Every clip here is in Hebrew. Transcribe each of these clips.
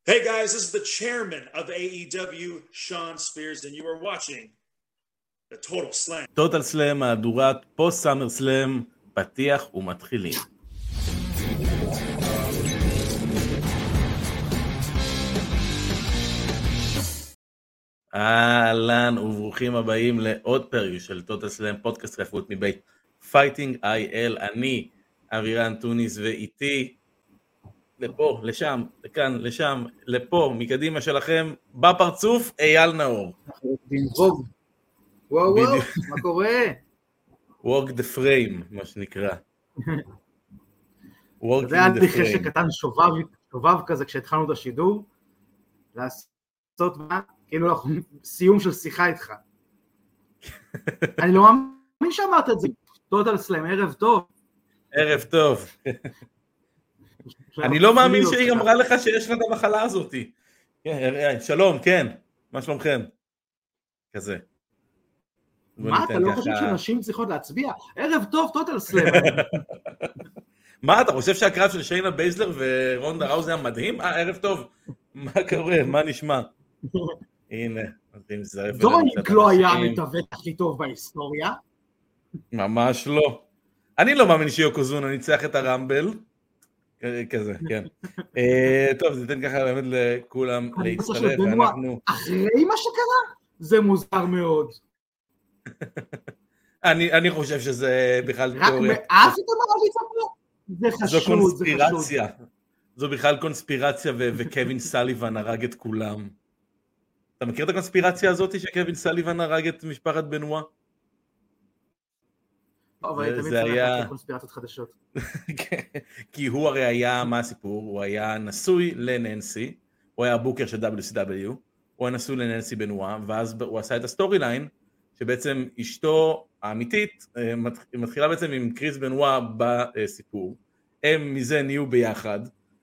Hey guys, this is the chairman of AEW, Sean Spears, and you are watching the Total Slam. טוטל סלאם, מהדורת פוסט סאמר סלאם, פתיח ומתחילים. אהלן וברוכים הבאים לעוד פרק של טוטל סלאם, פודקאסט רפאות מבית פייטינג IL. אני אבירן טוניס, ואיתי לפה, לשם, לכאן, לשם, לפה, מקדימה שלכם, בפרצוף, אייל נאור. וואו, מה קורה? Walk the frame, מה שנקרא. זה היה לי חשק קטן שובב כזה כשהתחלנו את השידור, לעשות מה? כאילו אנחנו סיום של שיחה איתך. אני לא מאמין שאמרת את זה. טוטל סלאם, ערב טוב. ערב טוב. אני לא מאמין שהיא אמרה לך שיש לה את המחלה הזאת. שלום, כן, מה שלומכם? כזה. מה, אתה לא חושב שנשים צריכות להצביע? ערב טוב, טוטל סלאם. מה, אתה חושב שהקרב של שיינה בייזלר ורונדה ראוזי היה מדהים? ערב טוב, מה קורה, מה נשמע? הנה, דורניק לא היה המתווך הכי טוב בהיסטוריה. ממש לא. אני לא מאמין שיוקוזונה ניצח את הרמבל. כזה, כן. טוב, זה ניתן ככה באמת לכולם להצטרף, ואנחנו... אחרי מה שקרה? זה מוזר מאוד. אני חושב שזה בכלל תיאוריה. רק מאף אתה מעריץ אותו? זה חשוד, זו קונספירציה. זו בכלל קונספירציה, וקווין סליבן הרג את כולם. אתה מכיר את הקונספירציה הזאת שקווין סליבן הרג את משפחת בנואה? אבל תמיד צריך קונספירציות חדשות. כי הוא הרי היה, מה הסיפור? הוא היה נשוי לננסי, הוא היה הבוקר של WCW, הוא היה נשוי לננסי בנואה, ואז הוא עשה את הסטורי ליין, שבעצם אשתו האמיתית מתחילה בעצם עם קריס בנואה בסיפור, הם מזה נהיו ביחד,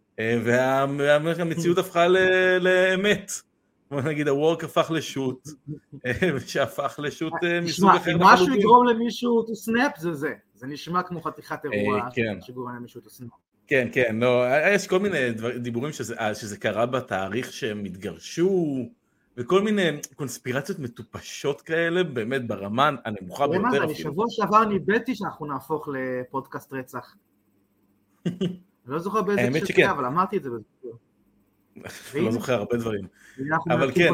והמציאות הפכה לאמת. בוא נגיד, הוורק הפך לשוט, שהפך לשוט מסוג אחר. תשמע, אם משהו יגרום למישהו to snap זה. זה נשמע כמו חתיכת אירוע שגורם למישהו to snap. כן, כן, לא, יש כל מיני דיבורים שזה קרה בתאריך שהם התגרשו, וכל מיני קונספירציות מטופשות כאלה, באמת ברמה הנמוכה ביותר. אני שבוע שעבר ניבאתי שאנחנו נהפוך לפודקאסט רצח. אני לא זוכר באיזה קשת, אבל אמרתי את זה בזכור. לא זוכר הרבה דברים. אבל כן,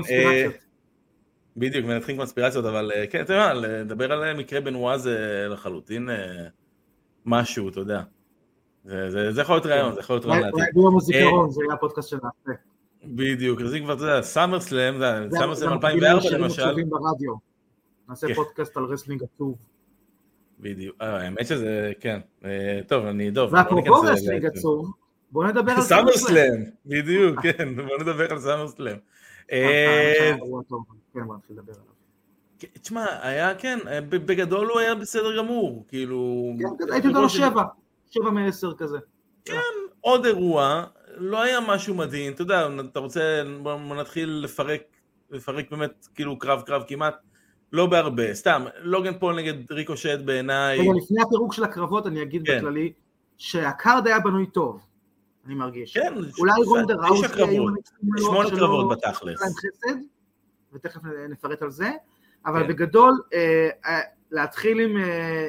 בדיוק, מנתחים קונספירציות, אבל כן, אתה יודע, לדבר על מקרה בנואה זה לחלוטין משהו, אתה יודע. זה יכול להיות רעיון, זה יכול להיות רעיון לעתיד. ביום הזיכרון, זה היה הפודקאסט של נעשה. בדיוק, זה כבר, אתה יודע, סאמר סלאם 2004 למשל. נעשה פודקאסט על רסלינג עצוב. בדיוק, האמת שזה, כן. טוב, אני דוב. ואפרופו רסלינג עצוב, בוא נדבר על סאמר סלאם, בדיוק, כן, בוא נדבר על סאמר סלאם. כן, בוא נתחיל לדבר עליו. תשמע, היה, כן, בגדול הוא היה בסדר גמור, כאילו... כן, הייתי אותו 7 מ-10 כזה. כן, עוד אירוע, לא היה משהו מדהים, אתה יודע, אתה רוצה, בוא נתחיל לפרק באמת, כאילו קרב כמעט, לא בהרבה, סתם, לוגן פול נגד ריקושט בעיניי... רגע, לפני הפירוק של הקרבות, אני אגיד בכללי, שהקארד היה בנוי טוב. אני מרגיש. כן, אולי רונדה ראוזי היו 8 קרבות בתכלס. ותכף נפרט על זה, אבל בגדול, להתחיל עם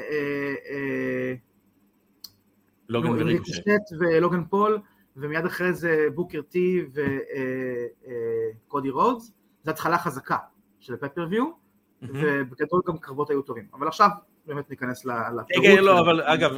ריקושט ולוגן פול, ומיד אחרי זה בוקר טי וקודי רודס, זו התחלה חזקה של פפרוויו, ובגדול גם קרבות היו טובים. אבל עכשיו באמת ניכנס לפירוט. כן, לא, אבל אגב,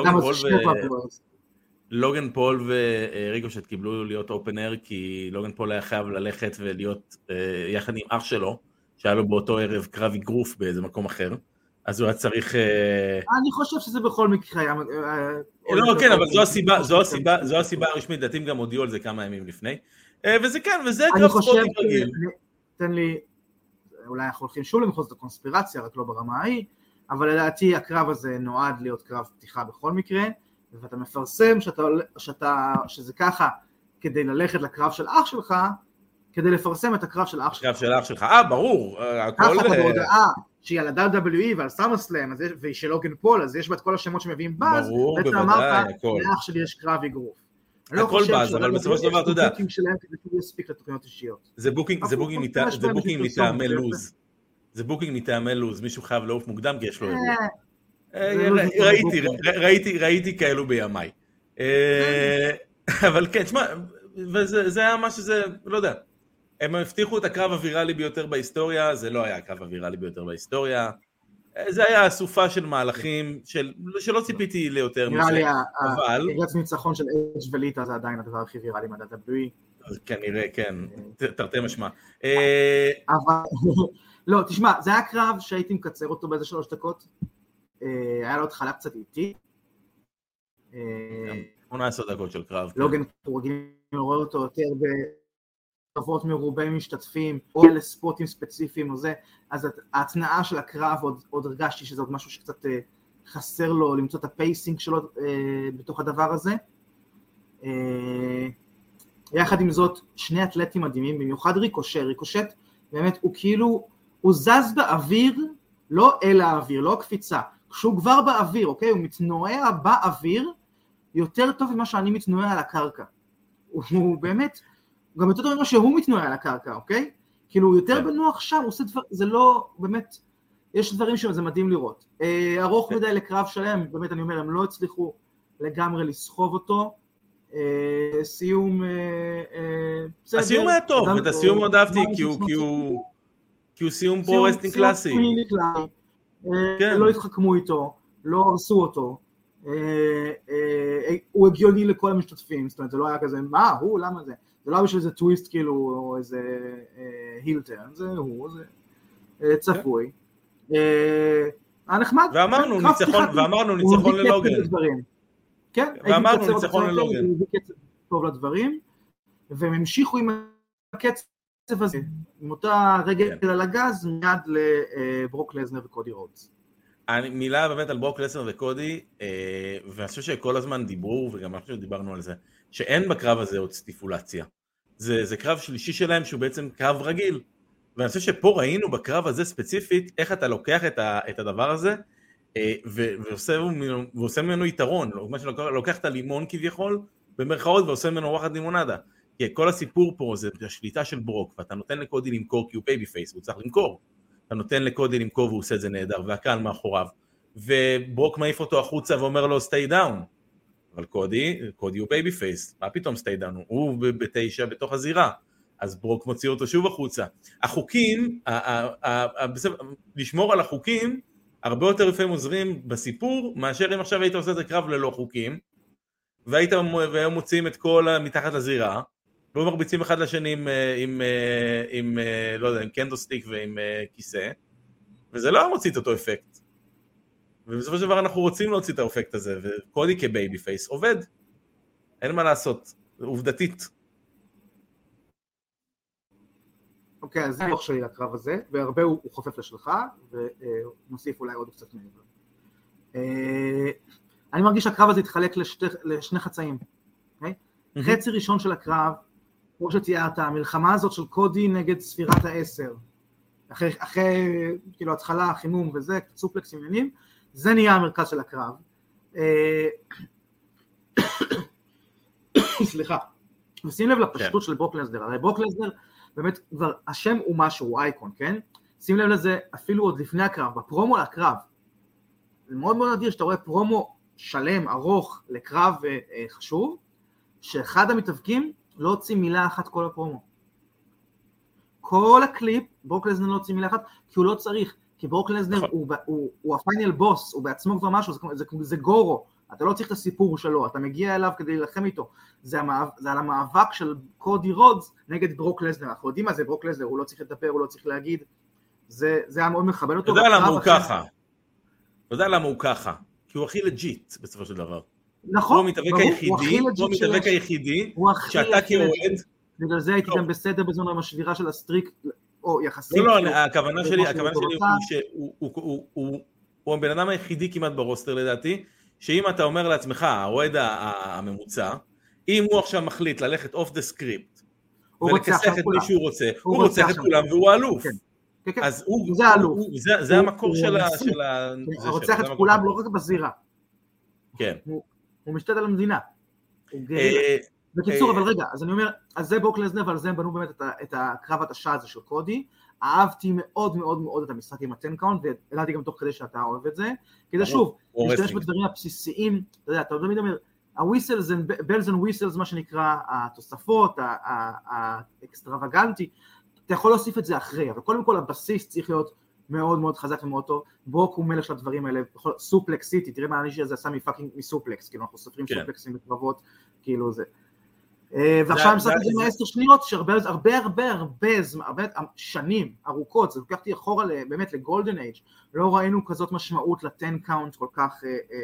לוגן פול וריקושט קיבלו להיות אופנר, כי לוגן פול היה חייב ללכת ולהיות יחד עם אח שלו, שהיה לו באותו ערב קרב אגרוף באיזה מקום אחר, אז הוא היה צריך... אני חושב שזה בכל מקרה היה... לא, כן, אבל זו הסיבה הרשמית, דעתים גם הודיעו על זה כמה ימים לפני, וזה כן, וזה קרב ספורטים רגיל. תן לי, אולי אנחנו הולכים שוב למחוז את הקונספירציה, רק לא ברמה ההיא, אבל לדעתי הקרב הזה נועד להיות קרב פתיחה בכל מקרה, ואתה מפרסם שזה ככה, כדי ללכת לקרב של אח שלך, כדי לפרסם את הקרב של אח שלך. קרב של אח שלך, ברור. ככה אתה בהודעה שהיא על ה-WWE ועל סאמר סלאם, והיא של לוגן פול, אז יש בה את כל השמות שמביאים באז, בעצם אמרת, לאח שלי יש קרב אגרוף. הכל באז, אבל בסופו של דבר אתה יודע. זה בוקינג שלהם כדי שהוא יספיק לתוכניות אישיות. זה בוקינג מטעמי לוז. זה בוקינג מטעמי לוז, מישהו חייב לעוף מוקדם כי יש לו אירוע. ראיתי כאלו בימיי. אבל כן, תשמע, וזה היה מה שזה, לא יודע. הם הבטיחו את הקרב הוויראלי ביותר בהיסטוריה, זה לא היה הקרב הוויראלי ביותר בהיסטוריה. זה היה אסופה של מהלכים שלא ציפיתי ליותר מזה. נראה לי, הרץ ניצחון של אייג' וליטה זה עדיין הדבר הכי ויראלי מה-WWE. כנראה, כן, תרתי משמע. אבל, לא, תשמע, זה היה קרב שהייתי מקצר אותו באיזה 3 דקות. היה לו התחלה קצת איטי. 18 דקות של קרב. לוגן פורגים רואה אותו יותר קרבות מרובי משתתפים, או לספוטים ספציפיים או זה, אז ההתנאה של הקרב עוד הרגשתי שזה עוד משהו שקצת חסר לו, למצוא את הפייסינג שלו בתוך הדבר הזה. יחד עם זאת, שני אתלטים מדהימים, במיוחד ריקושט, באמת הוא כאילו, הוא זז באוויר, לא אל האוויר, לא קפיצה, כשהוא כבר באוויר, אוקיי? הוא מתנועע באוויר, יותר טוב ממה שאני מתנועע על הקרקע. הוא באמת, גם יותר טוב ממה שהוא מתנועע על הקרקע, אוקיי? כאילו הוא יותר בנוח שם, הוא עושה דבר, זה לא, באמת, יש דברים שזה מדהים לראות. ארוך מדי לקרב שלהם, באמת אני אומר, הם לא הצליחו לגמרי לסחוב אותו. סיום, הסיום היה טוב, את הסיום מאוד אהבתי, כי הוא סיום פרו-רסטינג קלאסי. לא התחכמו איתו, לא הרסו אותו. הוא הגיוני לכל המשתתפים, זאת אומרת, זה לא היה כזה, מה, הוא, למה זה? זה לא היה בשביל איזה טוויסט כאילו, או איזה הילטרן, זה הוא, זה צפוי. הנחמד. ואמרנו ניצחון ללוגן. כן, ואמרנו ניצחון ללוגן. הוא הביא קצב טוב לדברים, והם המשיכו עם הקצב הזה, עם אותה רגל על הגז, מיד לברוק לזנר וקודי רודס. מילה באמת על ברוק לסנר וקודי, ואני חושב שכל הזמן דיברו, וגם אני חושב שדיברנו על זה, שאין בקרב הזה עוד סטיפולציה. זה קרב שלישי שלהם שהוא בעצם קרב רגיל, ואני חושב שפה ראינו בקרב הזה ספציפית, איך אתה לוקח את הדבר הזה, ועושה ממנו יתרון, לוקח את הלימון כביכול, במרכאות, ועושה ממנו וואחד לימונדה. כי כל הסיפור פה זה השליטה של ברוק, ואתה נותן לקודי למכור כי הוא בייבי פייס, הוא צריך למכור. אתה נותן לקודי למכור והוא עושה את זה נהדר, והקהל מאחוריו, וברוק מעיף אותו החוצה ואומר לו stay down, אבל קודי הוא בייבי פייס, מה פתאום stay down? הוא ב9 בתוך הזירה, אז ברוק מוציא אותו שוב החוצה. החוקים, לשמור על החוקים, הרבה יותר לפעמים עוזרים בסיפור, מאשר אם עכשיו היית עושה את הקרב ללא חוקים, והיום מוציאים את כל מתחת לזירה, והיו מרביצים אחד לשני עם לא יודע, עם קנדלסטיק ועם כיסא, וזה לא מוציא את אותו אפקט. ובסופו של דבר אנחנו רוצים להוציא את האפקט הזה, וקודי כבייבי פייס עובד. אין מה לעשות, עובדתית. אוקיי, אז זה הלוך שלי לקרב הזה, והרבה הוא חופף לשלך, ונוסיף אולי עוד קצת מעבר. אני מרגיש שהקרב הזה יתחלק לשני חצאים. חצי ראשון של הקרב, כמו שתיארת, המלחמה הזאת של קודי נגד ספירת 10, אחרי כאילו התחלה, חימום וזה, סופלקס עניינים, זה נהיה המרכז של הקרב. סליחה. ושים לב לפשטות של ברוק לסנר, הרי ברוק לסנר באמת כבר השם הוא משהו, הוא אייקון, כן? שים לב לזה אפילו עוד לפני הקרב, בפרומו לקרב. זה מאוד מאוד נדיר שאתה רואה פרומו שלם, ארוך, לקרב חשוב, שאחד המתאבקים לא הוציא מילה אחת כל הפרומו. כל הקליפ, ברוק לסנר לא הוציא מילה אחת, כי הוא לא צריך, כי ברוק לסנר הוא הפיינל בוס, הוא בעצמו כבר משהו, זה גורו, אתה לא צריך את הסיפור שלו, אתה מגיע אליו כדי להילחם איתו, זה על המאבק של קודי רודס נגד ברוק לסנר, אנחנו יודעים מה זה ברוק לסנר, הוא לא צריך לדבר, הוא לא צריך להגיד, זה היה מאוד מכבד אותו. אתה יודע למה הוא ככה, אתה יודע למה הוא ככה, כי הוא הכי לג'יט בסופו של דבר. נכון, הוא המתאבק היחידי, שאתה כאוהד, בגלל זה הייתי גם בסדר בזמן המשבירה של הסטריק, או יחסית. לא, הכוונה שלי הוא הבן אדם היחידי כמעט ברוסטר לדעתי, שאם אתה אומר לעצמך, האוהד הממוצע, אם הוא עכשיו מחליט ללכת אוף דה סקריפט, ולכסח את מי שהוא רוצה, הוא רוצח את כולם והוא האלוף. אז זה המקור של הוא רוצח את כולם לא רק בזירה. כן. הוא משתת על המדינה. בקיצור, אבל רגע, אז אני אומר, אז זה ברוק לזנר, ועל זה הם בנו באמת את הקרב התשה הזה של קודי. אהבתי מאוד מאוד מאוד את המשחק עם הטנקאונט, והדעתי גם תוך כדי שאתה אוהב את זה, כדי שוב, להשתמש בדברים הבסיסיים, אתה יודע, אתה תמיד אומר, הוויסלס, בלס אנד וויסלס, מה שנקרא, התוספות, האקסטרווגנטי, אתה יכול להוסיף את זה אחרי, אבל קודם כל הבסיס צריך להיות מאוד מאוד חזק ומאוד טוב, ברוק הוא מלך של הדברים האלה, סופלקס סיטי, תראה מה האיש הזה עשה מסופלקס, כאילו אנחנו סופרים סופלקסים בקרבות, כאילו זה. ועכשיו אני מסתכל את זה מה10 שניות, שהרבה שנים ארוכות, זה לוקחתי אחורה באמת לגולדן אייג', לא ראינו כזאת משמעות לטן קאונט כל כך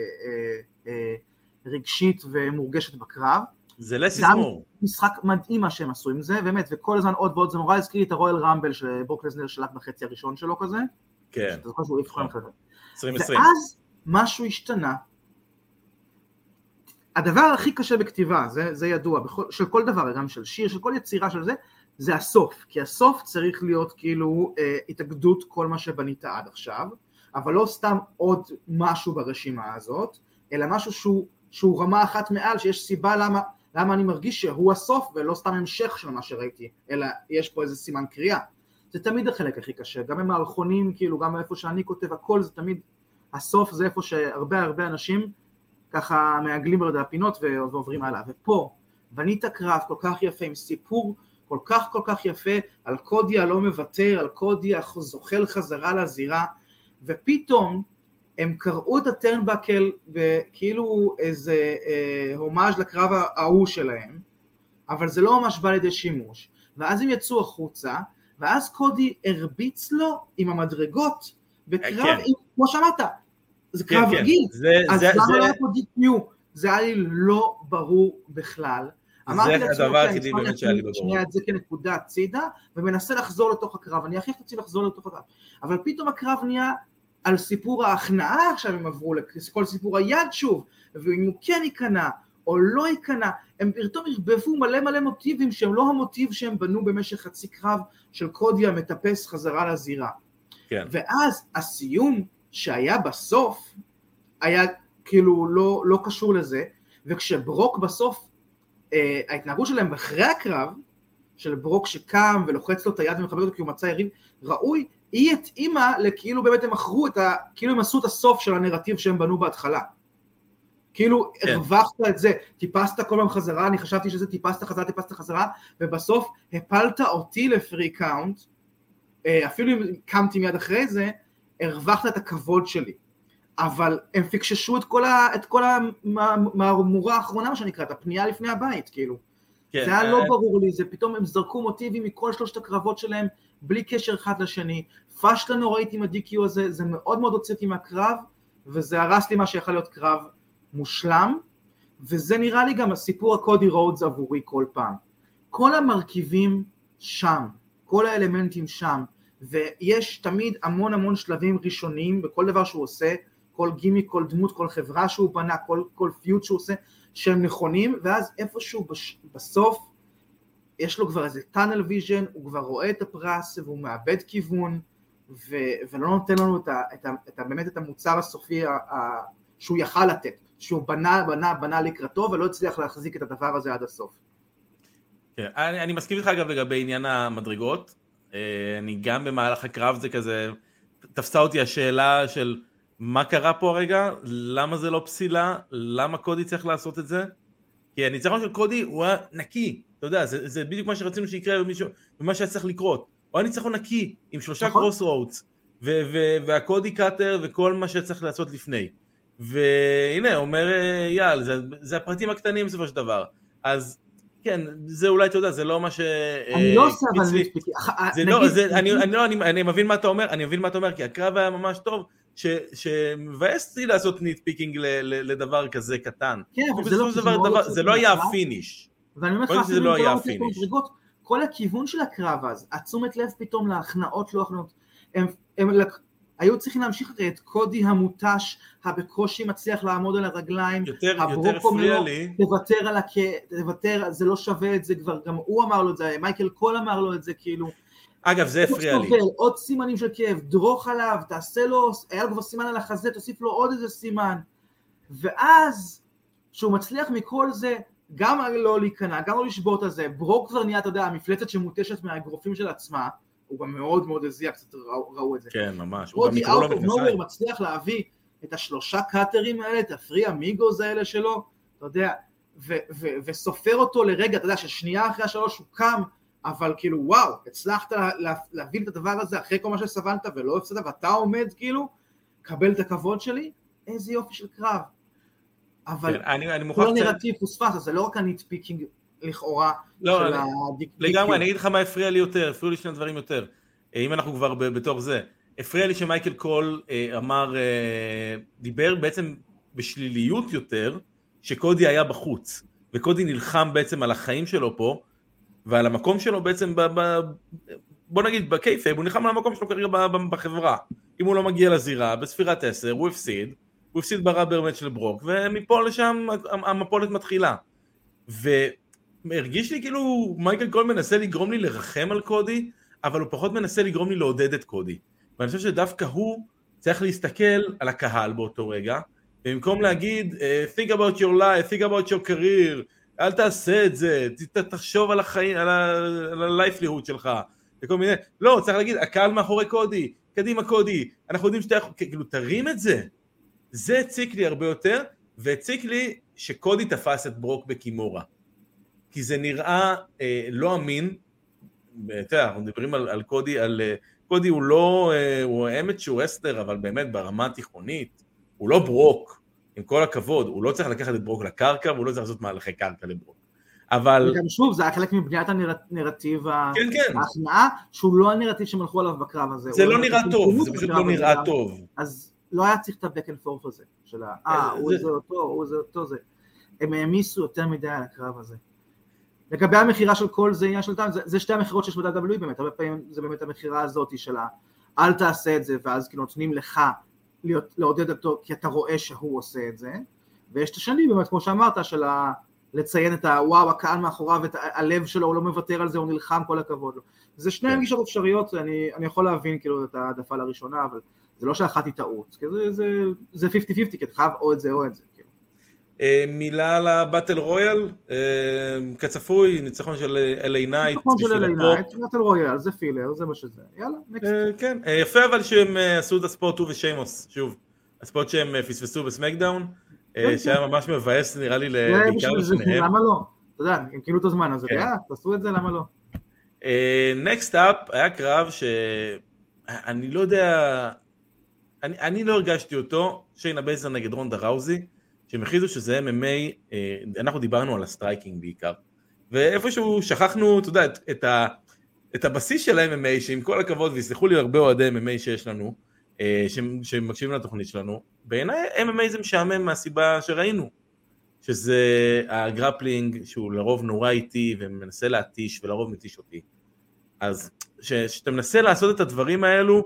רגשית ומורגשת בקרב. זה לסיסמור. זה משחק מדהים מה שהם עשו עם זה, באמת, וכל הזמן עוד ועוד, זה נורא הזכיר לי את הרואל רמבל של ברוק לזנר שלט בחצי הראשון שלו כזה. כן. אתה זוכר שהוא העיף כל כזה. 2020. ואז משהו השתנה. הדבר הכי קשה בכתיבה, זה ידוע, של כל דבר, גם של שיר, של כל יצירה של זה, זה הסוף. כי הסוף צריך להיות כאילו התאגדות כל מה שבנית עד עכשיו, אבל לא סתם עוד משהו ברשימה הזאת, אלא משהו שהוא רמה אחת מעל, שיש סיבה למה אני מרגיש שהוא הסוף, ולא סתם המשך של מה שראיתי, אלא יש פה איזה סימן קריאה. זה תמיד החלק הכי קשה, גם במערכונים, כאילו, גם איפה שאני כותב, הכל זה תמיד, הסוף זה איפה שהרבה אנשים ככה מעגלים ברד הפינות ועוברים הלאה. ופה, בנית קרב כל כך יפה, עם סיפור כל כך יפה, על קודי הלא מוותר, על קודי הזוחל חזרה לזירה, ופתאום הם קראו את הטרנבקל וכאילו איזה הומאז' לקרב ההוא שלהם, אבל זה לא ממש בא לידי שימוש, ואז הם יצאו החוצה, ואז קודי הרביץ לו עם המדרגות, בקרב, כמו שאמרת, זה קרב רגיל, אז למה לא היה פה DQ? זה היה לי לא ברור בכלל. זה הדבר היחידי באמת שהיה לי ברור. שנייה את זה כנקודה הצידה, ומנסה לחזור לתוך הקרב, אני הכי חצי לחזור לתוך הקרב, אבל פתאום הקרב נהיה על סיפור ההכנעה, עכשיו הם עברו לכל סיפור היד שוב, ואם הוא כן ייכנע או לא ייכנע, הם פתאום הרבבו מלא מוטיבים שהם לא המוטיב שהם בנו במשך חצי קרב של קודי המטפס חזרה לזירה. כן. ואז הסיום שהיה בסוף היה כאילו לא קשור לזה, וכשברוק בסוף, ההתנהגות שלהם אחרי הקרב, של ברוק שקם ולוחץ לו את היד ומכבד אותו כי הוא מצא יריב ראוי, היא התאימה לכאילו באמת הם מכרו כאילו הם עשו את הסוף של הנרטיב שהם בנו בהתחלה. כאילו הרווחת את זה, טיפסת כל פעם חזרה, אני חשבתי שזה טיפסת חזרה, ובסוף הפלת אותי לפרי קאונט, אפילו אם קמתי מיד אחרי זה, הרווחת את הכבוד שלי. אבל הם פיקששו את כל המהמורה האחרונה, מה שנקרא, את הפנייה לפני הבית, כאילו. זה היה לא ברור לי, זה פתאום הם זרקו מוטיבים מכל שלושת הקרבות שלהם, בלי קשר אחד לשני, פשטה נוראית עם ה-DQ הזה, זה מאוד מאוד הוצאתי מהקרב, וזה הרס לי מה שיכול להיות קרב מושלם, וזה נראה לי גם הסיפור הקודי רודס עבורי כל פעם. כל המרכיבים שם, כל האלמנטים שם, ויש תמיד המון שלבים ראשוניים בכל דבר שהוא עושה, כל גימיק, כל דמות, כל חברה שהוא בנה, כל פיוט שהוא עושה, שהם נכונים, ואז איפשהו בסוף, יש לו כבר איזה טאנל ויז'ן, הוא כבר רואה את הפרס, והוא מאבד כיוון, ולא נותן לנו באמת את המוצר הסופי שהוא יכל לתת, שהוא בנה לקראתו, ולא הצליח להחזיק את הדבר הזה עד הסוף. כן, אני מסכים איתך אגב לגבי עניין המדרגות, אני גם במהלך הקרב זה כזה, תפסה אותי השאלה של מה קרה פה הרגע, למה זה לא פסילה, למה קודי צריך לעשות את זה, כי הניצחון של קודי הוא היה נקי, אתה יודע, זה בדיוק מה שרצינו שיקרה ומה שהיה צריך לקרות, הוא היה ניצחון נקי, עם 3 קרוס רודס, והקודי קאטר וכל מה שצריך לעשות לפני, והנה, אומר יאל, זה הפרטים הקטנים בסופו של דבר, אז כן, זה אולי, אתה יודע, זה לא מה ש... אני לא עושה אבל ניטפיקי. אני מבין מה אתה אומר, כי הקרב היה ממש טוב, שמבאס לי לעשות ניטפיקינג לדבר כזה קטן. כן, אבל זה לא היה הפיניש. ואני אומר לך, אפילו לא היה הפיניש. כל הכיוון של הקרב אז, התשומת לב פתאום להכנעות, לא הכנעות, הם היו צריכים להמשיך את קודי המוטש, הבקושי מצליח לעמוד על הרגליים, יותר הפריע לי. תוותר, זה לא שווה את זה כבר, גם הוא אמר לו את זה, מייקל קול אמר לו את זה, כאילו. אגב, זה הפריע לי. עוד סימנים של כאב, דרוך עליו, תעשה לו, היה לו כבר סימן על החזה, תוסיף לו עוד איזה סימן. ואז, שהוא מצליח מכל זה, גם לא להיכנע, גם לא לשבות על זה, ברוק כבר נהיה, אתה יודע, המפלצת שמוטשת מהאגרופים של עצמה, הוא גם מאוד מאוד הזיע, קצת ראו את זה. כן, ממש. רודי אאוט אוף נובר מצליח להביא את השלושה קאטרים האלה, את הפרי אמיגוז האלה שלו, אתה יודע, וסופר אותו לרגע, אתה יודע, ששנייה אחרי השלוש הוא קם, אבל כאילו וואו, הצלחת להבין את הדבר הזה אחרי כל מה שסבנת ולא הפסדת, ואתה עומד כאילו, קבל את הכבוד שלי, איזה יופי של קרב. אבל כל הנרטיב פוספס, אז זה לא רק הניטפיקינג לכאורה של הדיקטיקיות. לגמרי, אני אגיד לך מה הפריע לי יותר, הפריעו לי שני דברים יותר, אם אנחנו כבר בתוך זה. הפריע לי שמייקל קול אמר, דיבר בעצם בשליליות יותר, שקודי היה בחוץ, וקודי נלחם בעצם על החיים שלו פה, ועל המקום שלו בעצם, בוא נגיד בקייפאב, הוא נלחם על המקום שלו כרגע בחברה. אם הוא לא מגיע לזירה, בספירת 10, הוא הפסיד בראבר מאץ' לברוק, ומפה לשם המפולת מתחילה. והרגיש לי כאילו מייקל קול מנסה לגרום לי לרחם על קודי, אבל הוא פחות מנסה לגרום לי לעודד את קודי. ואני חושב שדווקא הוא צריך להסתכל על הקהל באותו רגע, במקום להגיד, think about your life, think about your career, אל תעשה את זה, תחשוב על החיים, על ה-livelihood שלך, וכל מיני, לא, צריך להגיד, הקהל מאחורי קודי, קדימה קודי, אנחנו יודעים שאתה יכול, כאילו, תרים את זה. זה הציק לי הרבה יותר, והציק לי שקודי תפס את ברוק בקימורה. כי זה נראה לא אמין, אתה יודע, אנחנו מדברים על קודי, קודי הוא לא, הוא amateur wrestler, אבל באמת ברמה התיכונית, הוא לא ברוק, עם כל הכבוד, הוא לא צריך לקחת את ברוק לקרקע, והוא לא צריך לעשות מהלכי קרקע לברוק. אבל... וגם שוב, זה היה חלק מבניית הנרטיב, כן. ההכנעה, שהוא לא הנרטיב שמלכו עליו בקרב הזה. זה לא נראה טוב, זה פשוט לא נראה טוב. אז לא היה צריך את ה-back and forth הזה, של הוא זה אותו, הוא זה אותו זה. הם העמיסו יותר מדי על הקרב הזה. לגבי המחירה של כל זה עניין של טעם, זה שתי המחירות שיש ב-WWE באמת, הרבה פעמים זה באמת המחירה הזאת של אל תעשה את זה, ואז כאילו נותנים לך לעודד אותו, כי אתה רואה שהוא עושה את זה, ויש את השני באמת, כמו שאמרת, של לציין את וואו, הקהל מאחוריו, ואת הלב שלו, הוא לא מוותר על זה, הוא נלחם, כל הכבוד לו. זה שני גישות אפשריות, אני יכול להבין כאילו את העדפה לראשונה, אבל זה לא שאחת היא טעות, כי זה 50-50, כי אתה חייב או את זה או את זה. מילה על הבטל רויאל, כצפוי, ניצחון של LA Knight. ניצחון של LA Knight, בטל רויאל, זה פילר, זה מה שזה, יאללה, נקסט. כן, יפה אבל שהם עשו את הספורט הוא ושיימוס, שוב, הספורט שהם פספסו בסמקדאון, שהיה ממש מבאס נראה לי בעיקר לשניהם. למה לא? אתה יודע, הם קיבלו את הזמן הזה, תעשו את זה, למה לא? Next up היה קרב שאני לא יודע, אני לא הרגשתי אותו, שיינה בייזר נגד רונדה ראוזי, שהם הכריזו שזה MMA, אנחנו דיברנו על הסטרייקינג בעיקר, ואיפשהו שכחנו, אתה יודע, את הבסיס של ה-MMA, שעם כל הכבוד, ויסלחו לי הרבה אוהדי MMA שיש לנו, שמקשיבים לתוכנית שלנו, בעיניי MMA זה משעמם מהסיבה שראינו, שזה הגרפלינג, שהוא לרוב נורא איטי, ומנסה להתיש, ולרוב מתיש אותי. אז שאתה מנסה לעשות את הדברים האלו,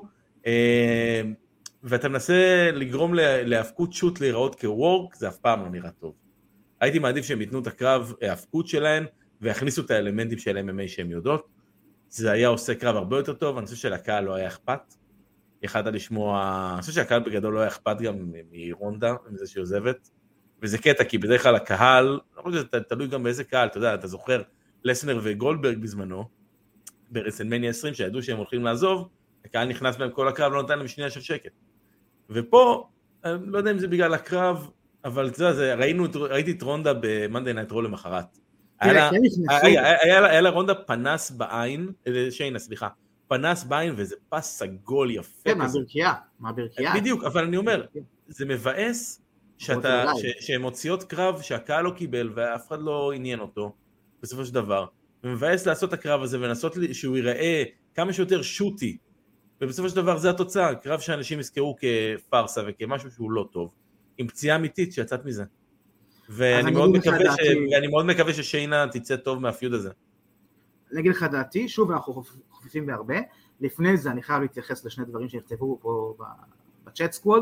ואתה מנסה לגרום להפקות שוט להיראות כוורק, זה אף פעם לא נראה טוב. הייתי מעדיף שהם ייתנו את הקרב ההפקות שלהם, והכניסו את האלמנטים של MMA שהם יודעות, זה היה עושה קרב הרבה יותר טוב, אני חושב שלקהל לא היה אכפת, יכלת לשמוע, אני חושב שהקהל בגדול לא היה אכפת גם מרונדה, מזה שהיא עוזבת, וזה קטע, כי בדרך כלל הקהל, לא חושב שזה תלוי גם באיזה קהל, אתה יודע, אתה זוכר, לסנר וגולדברג בזמנו, ברסלמניה 20, שידעו שהם הולכים לעזוב, הקהל נכנס בהם כל הקרב, לא נתן להם שנייה של שקט. ופה, אני לא יודע אם זה בגלל הקרב, אבל אתה יודע, ראיתי את רונדה במנדי נייט רו למחרת. היה לה רונדה פנס בעין, שיינה, סליחה, פנס בעין, וזה פס סגול יפה. כן, מהברכייה. בדיוק, אבל אני אומר, זה מבאס שהן מוציאות קרב שהקהל לא קיבל, ואף אחד לא עניין אותו, בסופו של דבר. ומבאס לעשות את הקרב הזה, ולנסות שהוא ייראה כמה שיותר שוטי, ובסופו של דבר זה התוצאה, קרב שאנשים יזכרו כפרסה וכמשהו שהוא לא טוב, עם פציעה אמיתית שיצאת מזה. ואני מאוד מקווה ששיינה תצא טוב מהפיוד הזה. אני אגיד לך דעתי, שוב אנחנו חופפים בהרבה, לפני זה אני חייב להתייחס לשני דברים שנכתבו פה בצ'אט סקווד,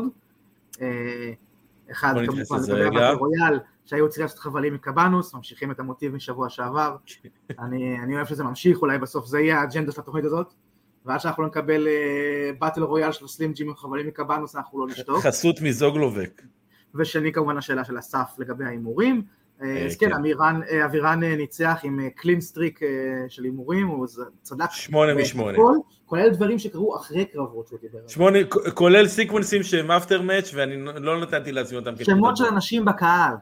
אחד כמובן לגבי הבטל רויאל, שהיו צריכים לעשות חבלים מקבנוס, ממשיכים את המוטיב משבוע שעבר, אני אוהב שזה ממשיך, אולי בסוף זה יהיה האג'נדה של התוכנית הזאת, ועד שאנחנו לא נקבל באטל רויאל של סלים ג'ים עם חבלים מקבנוס, אנחנו לא נשתוק. חסות מזוגלובק. ושני כמובן השאלה של אסף לגבי האימורים, אז כן, אבירן ניצח עם קלין סטריק של הימורים, הוא צדק 8/8. כולל דברים שקרו אחרי קרבות שהוא דיבר. 8, כולל סיקוונסים שהם אפטר מאץ' ואני לא נתתי לעצמי אותם. שמות של אנשים בקהל.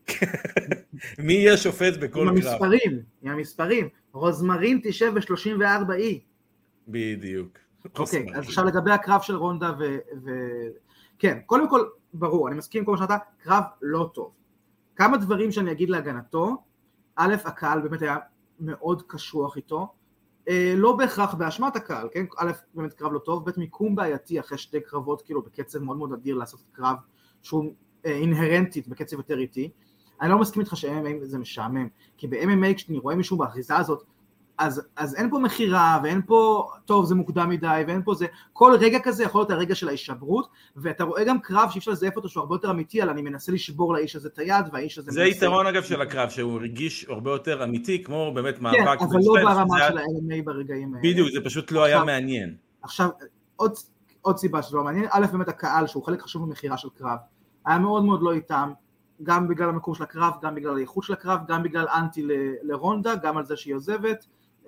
מי יהיה שופט בכל קרב? עם המספרים. רוזמרין תשב ב-34E. בדיוק. אוקיי, אז עכשיו לגבי הקרב של רונדה כן, קודם כל, ברור, אני מסכים עם כל מה שאתה, קרב לא טוב. כמה דברים שאני אגיד להגנתו, א', הקהל באמת היה מאוד קשוח איתו, לא בהכרח באשמת הקהל, כן? א', באמת קרב לא טוב, ב', מיקום בעייתי אחרי שתי קרבות, כאילו בקצב מאוד מאוד אדיר לעשות קרב שהוא אינהרנטית בקצב יותר איטי. אני לא מסכים איתך ש-MMA זה משעמם, כי ב-MMA כשאני רואה מישהו באחיזה הזאת, אז אין פה מחירה, ואין פה, טוב, זה מוקדם מדי, ואין פה זה, כל רגע כזה יכול להיות הרגע של ההישברות, ואתה רואה גם קרב שאי אפשר לזייף אותו, שהוא הרבה יותר אמיתי, על אני מנסה לשבור לאיש הזה את היד, והאיש הזה... זה יתרון אגב של הקרב, שהוא הרגיש הרבה יותר אמיתי, כמו באמת מאבק... כן, אבל לא ברמה של ה-MMA ברגעים האלה. בדיוק, זה פשוט לא היה מעניין. עכשיו, עוד סיבה שזה לא מעניין, א', באמת הקהל, שהוא חלק חשוב במחירה של קרב, היה מאוד מאוד לא איתם, גם בגלל המקום של הקרב, גם בגלל האיכות של הקרב, גם בגלל אנטי לרונדה, גם על זה שהיא עוזבת,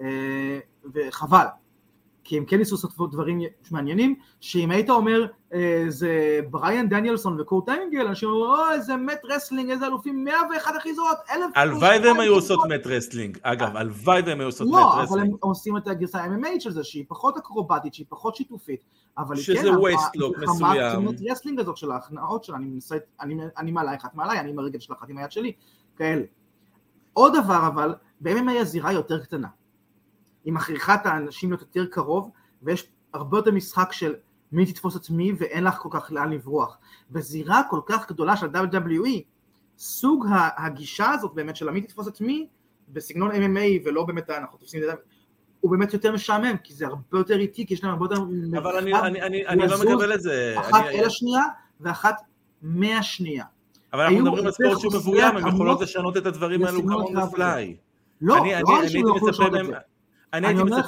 וחבל, כי הם כן ניסו לעשות דברים מעניינים, שאם היית אומר זה בריאן דניאלסון וקורט אנגל, אנשים אומרים, איזה מת רסלינג, איזה אלופים, 101 אחיזות, 1000... הלוואי והם היו עושות מת רסלינג, אגב, הלוואי והם היו עושות מת רסלינג. לא, אבל הם עושים את הגרסה ה-MMA של זה, שהיא פחות אקרובטית, שהיא פחות שיתופית, אבל היא כן, שזה וייסטלוק מסוים. מת רסלינג הזאת של ההכנעות שלה, אני מעלה אחד מעלה, אני עם הרגל של אחת עם היד שלי, כאלה. עוד דבר אבל, ב-MMA הזירה היא יותר קטנה. היא מכריחה את האנשים להיות יותר קרוב, ויש הרבה יותר משחק של מי תתפוס את מי, ואין לך כל כך לאן לברוח. בזירה כל כך גדולה של WWE, סוג הגישה הזאת באמת של מי תתפוס את מי, בסגנון MMA ולא באמת אנחנו תופסים את זה, הוא באמת יותר משעמם, כי זה הרבה יותר איטי, כי יש להם הרבה יותר... אבל אני לא מקבל את זה. אחת אל השנייה, ואחת מהשנייה. אבל אנחנו מדברים על ספורט שהוא מבוים, הם יכולות לשנות את הדברים האלו כמו נפלאי. לא, לא אנשים לא יכולים לשנות את זה. אני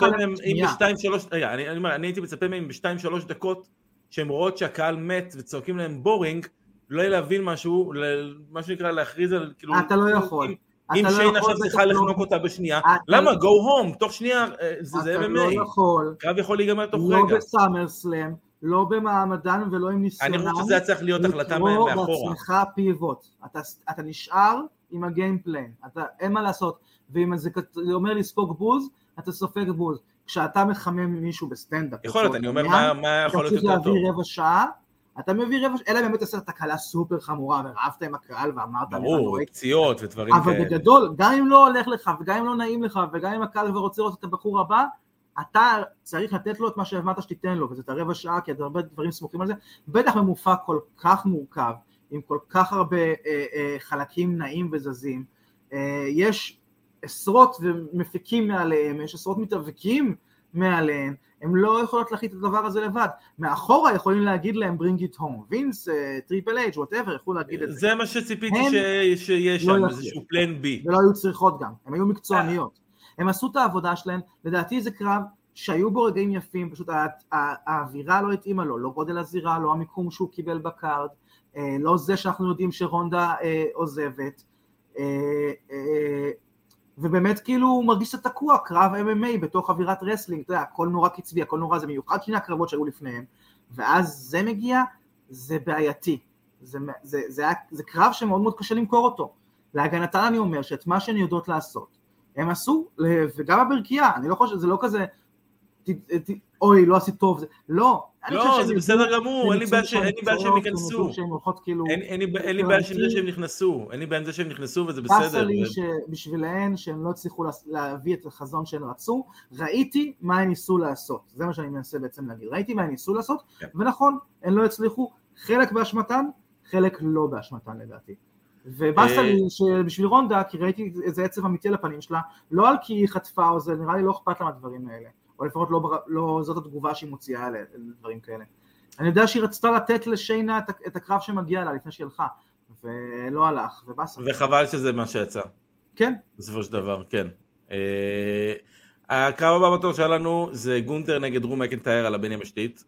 הייתי מצפה מהם ב2-3 דקות שהם רואות שהקהל מת וצועקים להם בורינג, לא יהיה להבין משהו, מה שנקרא להכריז על כאילו... אתה לא יכול. אם שיין עכשיו צריכה לחנוק אותה בשנייה, למה? go home, תוך שנייה, זה MMA. אתה לא יכול. קרב יכול להיגמר תוך רגע. לא בסאמר סלאם, לא במעמדן ולא עם ניסיונם. אני חושב שזה היה צריך להיות החלטה מאחורה. לקרוא בעצמך פיבוט. אתה נשאר עם הגיימפליין, אין מה לעשות. ואם זה אומר לספוג בוז, אתה סופג בוז. כשאתה מחמם מישהו בסטנדאפ, יכול להיות, אני אומר מה יכול להיות יותר טוב. אתה צריך להביא רבע שעה, אתה מביא רבע שעה, אלא באמת עושה תקלה סופר חמורה, ורעבת עם הקהל ואמרת... ברור, פציעות ודברים כאלה. אבל בגדול, גם אם לא הולך לך, וגם אם לא נעים לך, וגם אם הקהל כבר רוצה לראות את הבחור הבא, אתה צריך לתת לו את מה שהבנת שתיתן לו, וזה את הרבע שעה, כי הרבה דברים סמוכים על זה, בטח במופע כל כך מורכב, עם כל כך הרבה חלקים נעים וזזים, יש עשרות ומפיקים מעליהם, יש עשרות מתאבקים מעליהם, הם לא יכולות להחליט את הדבר הזה לבד, מאחורה יכולים להגיד להם bring it home, וינס, טריפל אייג' whatever, יכולו להגיד את זה. זה מה שציפיתי שיש שם, איזשהו פלן בי. ולא היו צריכות גם, הם היו מקצועניות, הם עשו את העבודה שלהם, לדעתי זה קרב שהיו בו רגעים יפים, פשוט האווירה לא התאימה לו, לא גודל הזירה, לא המיקום שהוא קיבל בקארד, לא זה שאנחנו יודעים שרונדה עוזבת, ובאמת כאילו הוא מרגיש את תקוע, קרב MMA בתוך אווירת רסלינג, אתה יודע, הכל נורא קצבי, הכל נורא, זה מיוחד שני הקרבות שהיו לפניהם, ואז זה מגיע, זה בעייתי, זה קרב שמאוד מאוד קשה למכור אותו, להגנתן אני אומר שאת מה שהן יודעות לעשות, הם עשו, וגם הברכייה, אני לא חושב, זה לא כזה, אוי, לא עשית טוב, לא, לא, זה בסדר גמור, אין לי בעיה שהם ייכנסו, אין לי בעיה שהם נכנסו, אין לי בעיה שהם נכנסו וזה בסדר. פסה לי שבשבילהן שהם לא הצליחו להביא את החזון שהם רצו, ראיתי מה הם ניסו לעשות, זה מה שאני מנסה בעצם להגיד, ראיתי מה הם ניסו לעשות, ונכון, הם לא הצליחו, חלק באשמתן, חלק לא באשמתן לדעתי. ובאסה לי שבשביל רונדה, כי ראיתי איזה עצב אמיתי לפנים שלה, לא על כי היא חטפה או זה, נראה לי לא אכפת לה מהדברים האלה. או לפחות לא זאת התגובה שהיא מוציאה לדברים כאלה. אני יודע שהיא רצתה לתת לשיינה את הקרב שמגיע לה לפני שהיא הלכה, ולא הלך, ובאסה. וחבל שזה מה שיצא. כן. בסופו של דבר, כן. הקרב הבא בתור שלנו זה גונטר נגד דרו מקנטייר על הבן יבשתית,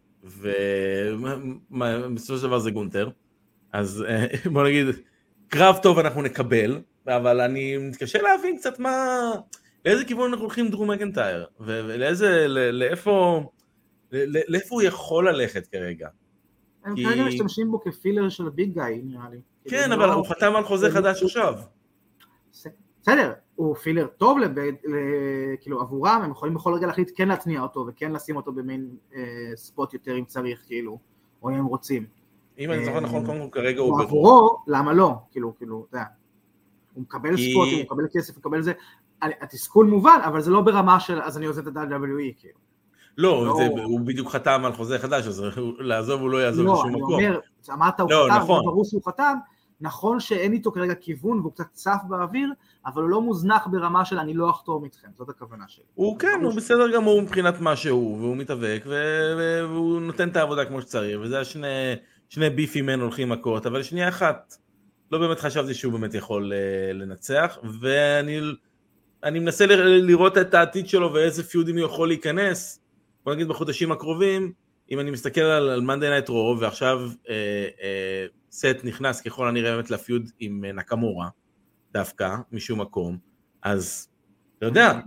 ובסופו של דבר זה גונטר. אז בוא נגיד, קרב טוב אנחנו נקבל, אבל אני מתקשה להבין קצת לאיזה כיוון אנחנו הולכים דרו מקנטייר, לאיפה הוא יכול ללכת כרגע. הם כרגע משתמשים בו כפילר של הביג גאי, נראה לי. כן, אבל הוא חתם על חוזה חדש עכשיו. בסדר, הוא פילר טוב, כאילו עבורם, הם יכולים בכל רגע להחליט כן להטניע אותו, וכן לשים אותו במין ספוט יותר אם צריך, כאילו, או אם הם רוצים. אם אני זוכר נכון, קודם כל כרגע הוא עבורו, למה לא? כאילו, אתה יודע, הוא מקבל ספוט, הוא מקבל כסף, הוא מקבל זה, התסכול מובן, אבל זה לא ברמה של, אז אני עוזב את ה-WWE, כאילו. לא, הוא בדיוק חתם על חוזה חדש, אז לעזוב הוא לא יעזוב לשום מקום. לא, אני אומר, אמרת הוא חתם, ברור שהוא חתם, נכון שאין איתו כרגע כיוון, והוא קצת צף באוויר, אבל הוא לא מוזנח ברמה של אני לא אחתום איתכם, זאת הכוונה שלי. הוא כן, הוא בסדר גמור מבחינת מה שהוא, והוא מתאבק, והוא נותן את העבודה כמו שצריך, וזה שני ביפי מן הולכים מכות, אבל שנייה אחת, לא באמת חשבתי שהוא באמת יכול לנצח, ואני מנסה לראות את העתיד שלו, ואיזה פיודים הוא יכול להיכנס, בוא נגיד בחודשים הקרובים, אם אני מסתכל על Monday Night Raw, ועכשיו סט נכנס ככל הנראה באמת לפיוד עם נקמורה, דווקא, משום מקום, אז, אתה יודע,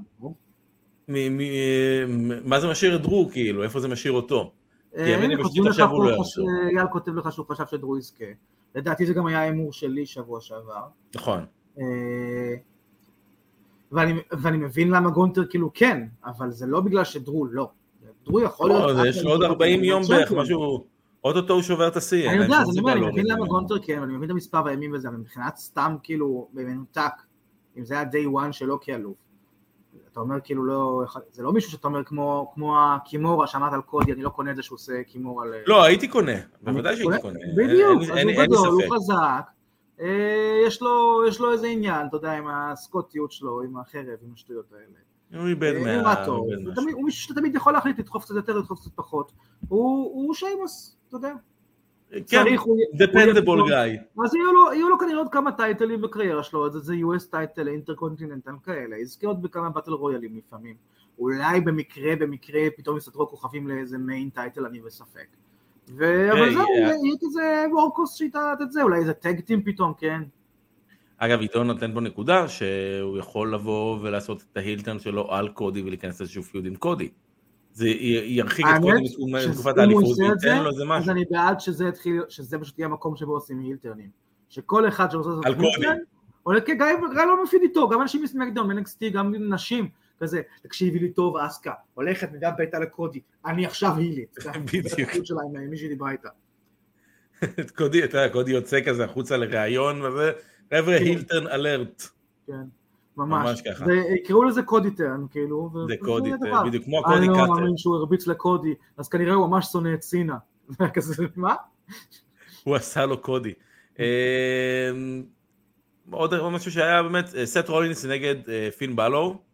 מה זה משאיר את דרו, כאילו, איפה זה משאיר אותו? יאל כותב לך שהוא חשב שדרו יזכה, לדעתי זה גם היה האמור שלי שבוע שעבר. נכון. ואני מבין למה גונטר כאילו כן, אבל זה לא בגלל שדרו לא. דרו יכול להיות... יש לו עוד 40 יום בערך, משהו, אוטוטו הוא שובר את השיא. אני יודע, אני מבין למה גונטר כן, ואני מבין את המספר הימים וזה, אבל מבחינת סתם כאילו במנותק, אם זה היה day one שלו כאלוף. אתה אומר כאילו לא, זה לא מישהו שאתה אומר כמו הקימורה שאמרת על קודי, אני לא קונה את זה שהוא עושה קימורה על... לא, הייתי קונה, בוודאי שהייתי קונה. בדיוק, אז הוא גדול, הוא חזק, יש לו איזה עניין, אתה יודע, עם הסקוטיות שלו, עם החרב, עם השטויות האלה. הוא איבד משהו. הוא מישהו שאתה תמיד יכול להחליט, לדחוף קצת יותר, לדחוף קצת פחות. הוא שיימוס, אתה יודע. כן, dependable guy. אז יהיו לו כנראה עוד כמה טייטלים בקריירה שלו, זה US טייטל, אינטרקונטיננטל כאלה, יזכה עוד בכמה באטל רויאלים לפעמים. אולי במקרה, פתאום יסתדרו כוכבים לאיזה מיין טייטל, אני בספק. אבל זהו, יהיה כזה וורקוס שיטת את זה, אולי איזה טאג-טים פתאום, כן. אגב, עיתון נותן בו נקודה, שהוא יכול לבוא ולעשות את ההילטרן שלו על קודי, ולהיכנס לאיזשהו פיוד עם קודי. זה ירחיק את קודי מתקופת האליפות, וייתן לו איזה משהו. אז אני בעד שזה פשוט יהיה המקום שבו עושים הילטרנים. שכל אחד שרוצה לעשות הילטרן, עולה כגאי לא מפיד איתו, גם אנשים מסמקדאון, NXT, גם נשים, כזה, תקשיבי לי טוב, אסקה, הולכת מידה ביתה לקודי, אני עכשיו הילית. בדיוק. מישהי דיברה איתה. קודי, אתה יודע, קודי יוצא כזה החוצה לראיון, וזה, חבר'ה, הילטרן אלרט. כן. ממש ככה. יקראו לזה קודי טרן, כאילו. זה קודי טרן, בדיוק כמו הקודי קאטר. אני לא מאמין שהוא הרביץ לקודי, אז כנראה הוא ממש שונא את סינה. כזה, מה? הוא עשה לו קודי. עוד משהו שהיה באמת, סט רולינס נגד פין בלור.